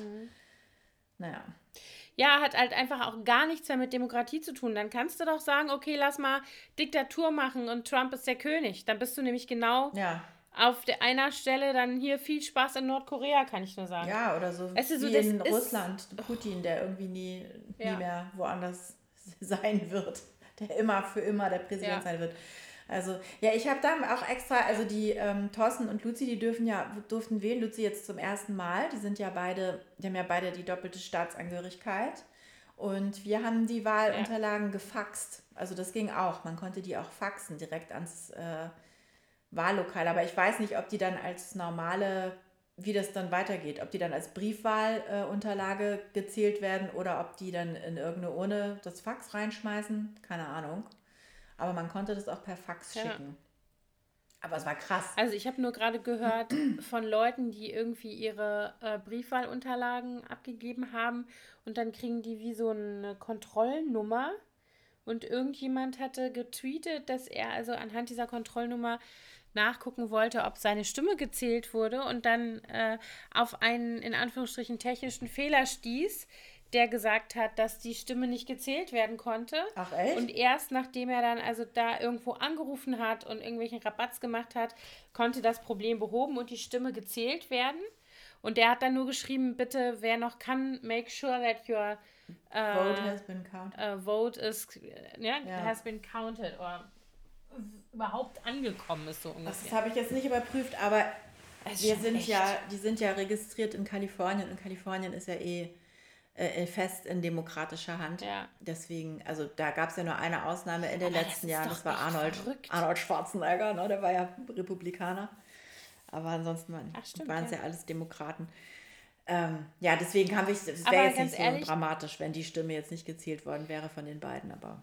Naja. Ja, hat halt einfach auch gar nichts mehr mit Demokratie zu tun. Dann kannst du doch sagen, okay, lass mal Diktatur machen und Trump ist der König. Dann bist du nämlich genau Ja. auf der einer Stelle dann hier viel Spaß in Nordkorea, kann ich nur sagen. Ja, oder so Weißt du, so wie das in ist Russland, Putin, der irgendwie nie ja, mehr woanders sein wird, der immer für immer der Präsident ja, sein wird. Also, ja, ich habe da auch extra, also die Thorsten und Luzi, die durften wählen. Luzi jetzt zum ersten Mal. Die haben ja beide die doppelte Staatsangehörigkeit. Und wir haben die ja. Wahlunterlagen gefaxt. Also das ging auch. Man konnte die auch faxen direkt ans Wahllokal. Aber ich weiß nicht, ob die dann als wie das dann weitergeht. Ob die dann als Briefwahlunterlage gezählt werden oder ob die dann in irgendeine Urne das Fax reinschmeißen. Keine Ahnung. Aber man konnte das auch per Fax Ja. schicken. Aber es war krass. Also ich habe nur gerade gehört von Leuten, die irgendwie ihre Briefwahlunterlagen abgegeben haben und dann kriegen die wie so eine Kontrollnummer und irgendjemand hatte getweetet, dass er also anhand dieser Kontrollnummer nachgucken wollte, ob seine Stimme gezählt wurde und dann auf einen in Anführungsstrichen technischen Fehler stieß, der gesagt hat, dass die Stimme nicht gezählt werden konnte. Ach echt? Und erst nachdem er dann also da irgendwo angerufen hat und irgendwelchen Rabatz gemacht hat, konnte das Problem behoben und die Stimme gezählt werden. Und der hat dann nur geschrieben, bitte, wer noch kann, make sure that your Vote has been counted. vote is, Ja. has been counted oder überhaupt angekommen ist, so Das ungefähr. habe ich jetzt nicht überprüft, aber Es ist die schon sind ja registriert in Kalifornien und Kalifornien ist ja fest in demokratischer Hand. Ja. Deswegen, also da gab es ja nur eine Ausnahme in den Aber das letzten ist Jahren, doch das war echt verrückt. Arnold Schwarzenegger, ne? Der war ja Republikaner. Aber ansonsten Ach, stimmt, waren es ja. ja alles Demokraten. Ja, deswegen es Aber wäre jetzt ganz nicht so ehrlich- dramatisch, wenn die Stimme jetzt nicht gezählt worden wäre von den beiden, aber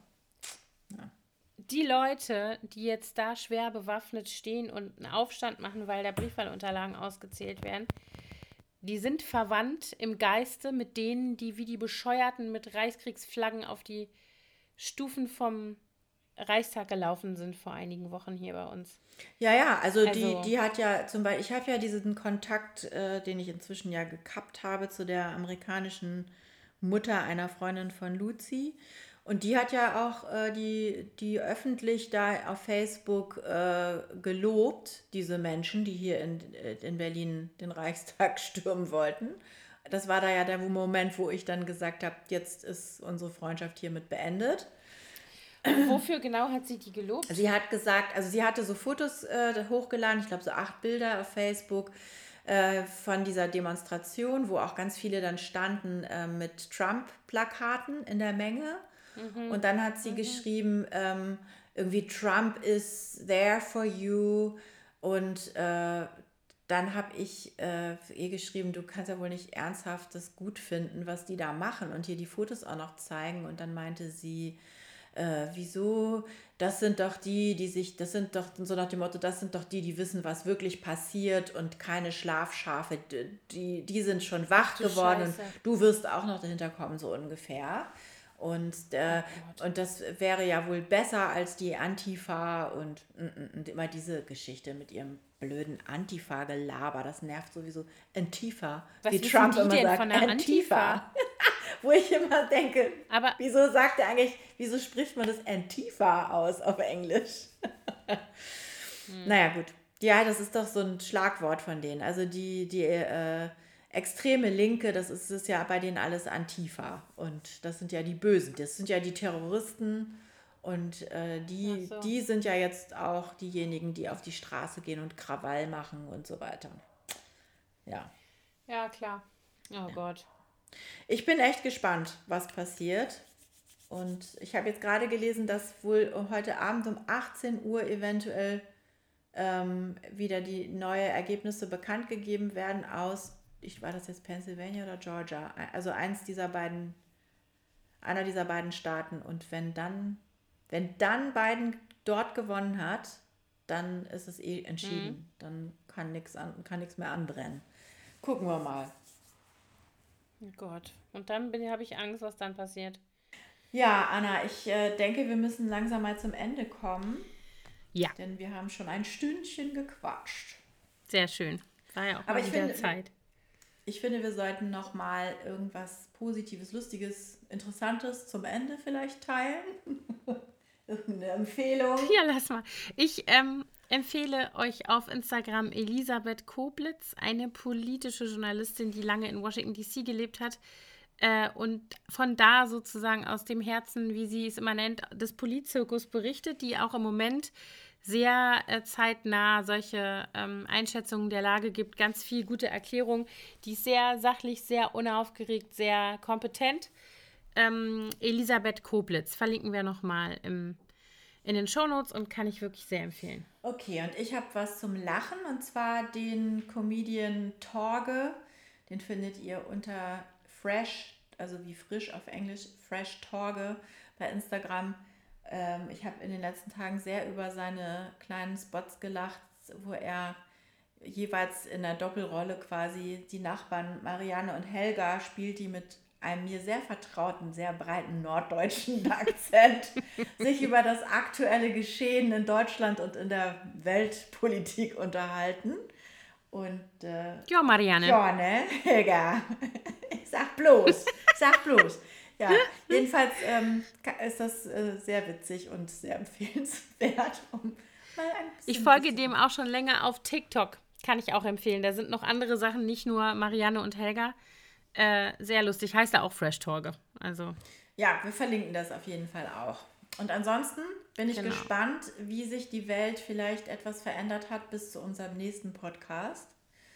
Die Leute, die jetzt da schwer bewaffnet stehen und einen Aufstand machen, weil der Briefwahlunterlagen ausgezählt werden, die sind verwandt im Geiste mit denen, die wie die Bescheuerten mit Reichskriegsflaggen auf die Stufen vom Reichstag gelaufen sind vor einigen Wochen hier bei uns. ja, also Also- die hat ja zum Beispiel, ich habe ja diesen Kontakt, den ich inzwischen ja gekappt habe zu der amerikanischen Mutter einer Freundin von Luzi. Und die hat ja auch die öffentlich da auf Facebook gelobt, diese Menschen, die hier in Berlin den Reichstag stürmen wollten. Das war da ja der Moment, wo ich dann gesagt habe, jetzt ist unsere Freundschaft hiermit beendet. Und wofür genau hat sie die gelobt? Sie hat gesagt, also sie hatte so Fotos hochgeladen, ich glaube so 8 Bilder auf Facebook von dieser Demonstration, wo auch ganz viele dann standen mit Trump-Plakaten in der Menge. Und dann hat sie geschrieben, irgendwie Trump is there for you. Und dann habe ich ihr geschrieben, du kannst ja wohl nicht ernsthaft das gut finden, was die da machen und hier die Fotos auch noch zeigen. Und dann meinte sie, wieso, das sind doch das sind doch so nach dem Motto, das sind doch die wissen, was wirklich passiert und keine Schlafschafe, die sind schon wach du geworden Scheiße. und du wirst auch noch dahinter kommen, so ungefähr. Und das wäre ja wohl besser als die Antifa und immer diese Geschichte mit ihrem blöden Antifa-Gelaber, das nervt sowieso. Antifa, Was wie wissen Trump die immer denn sagt, von der Antifa? Wo ich immer denke, Aber wieso spricht man das Antifa aus auf Englisch? Naja, gut. Ja, das ist doch so ein Schlagwort von denen. Also die extreme Linke, das ist ja bei denen alles Antifa. Und das sind ja die Bösen, das sind ja die Terroristen. Und Ach so. die sind ja jetzt auch diejenigen, die auf die Straße gehen und Krawall machen und so weiter. Ja. ja, klar. Oh Gott. Ich bin echt gespannt, was passiert. Und ich habe jetzt gerade gelesen, dass wohl heute Abend um 18 Uhr eventuell wieder die neuen Ergebnisse bekannt gegeben werden aus, war das jetzt Pennsylvania oder Georgia? Also einer dieser beiden Staaten. Und wenn dann Biden dort gewonnen hat, dann ist es entschieden. Dann kann nichts mehr anbrennen. Gucken wir mal. Oh Gott. Und dann habe ich Angst, was dann passiert. Ja, Anna, ich denke, wir müssen langsam mal zum Ende kommen. Ja. Denn wir haben schon ein Stündchen gequatscht. Sehr schön. War ja auch Aber mal wieder Zeit. Ich finde, wir sollten noch mal irgendwas Positives, Lustiges, Interessantes zum Ende vielleicht teilen. Irgendeine Empfehlung. Ja, lass mal. Ich empfehle euch auf Instagram Elisabeth Koblitz, eine politische Journalistin, die lange in Washington D.C. gelebt hat und von da sozusagen aus dem Herzen, wie sie es immer nennt, des Politzirkus berichtet, die auch im Moment sehr zeitnah solche Einschätzungen der Lage gibt, ganz viel gute Erklärung, die ist sehr sachlich, sehr unaufgeregt, sehr kompetent. Elisabeth Koblitz verlinken wir nochmal in den Shownotes und kann ich wirklich sehr empfehlen. Okay, und ich habe was zum Lachen, und zwar den Comedian Torge. Den findet ihr unter Fresh, also wie frisch auf Englisch, Fresh Torge bei Instagram. Ich habe in den letzten Tagen sehr über seine kleinen Spots gelacht, wo er jeweils in der Doppelrolle quasi die Nachbarn Marianne und Helga spielt, die mit einem mir sehr vertrauten, sehr breiten norddeutschen Akzent sich über das aktuelle Geschehen in Deutschland und in der Weltpolitik unterhalten. Und ja, Marianne. Ja, ne, Helga. Sag bloß. Ja, jedenfalls ist das sehr witzig und sehr empfehlenswert. Ich folge dem auch schon länger auf TikTok. Kann ich auch empfehlen. Da sind noch andere Sachen, nicht nur Marianne und Helga. Sehr lustig. Heißt da auch Fresh Torge. Also. Ja, wir verlinken das auf jeden Fall auch. Und ansonsten bin ich gespannt, wie sich die Welt vielleicht etwas verändert hat bis zu unserem nächsten Podcast.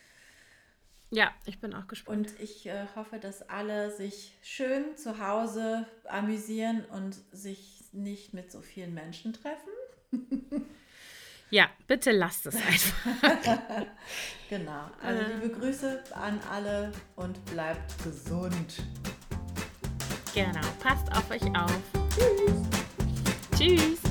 Ja, ich bin auch gespannt. Und ich hoffe, dass alle sich schön zu Hause amüsieren und sich nicht mit so vielen Menschen treffen. Ja, bitte lasst es einfach. Genau. Also liebe Grüße an alle und bleibt gesund. Genau. Passt auf euch auf. Tschüss. Tschüss.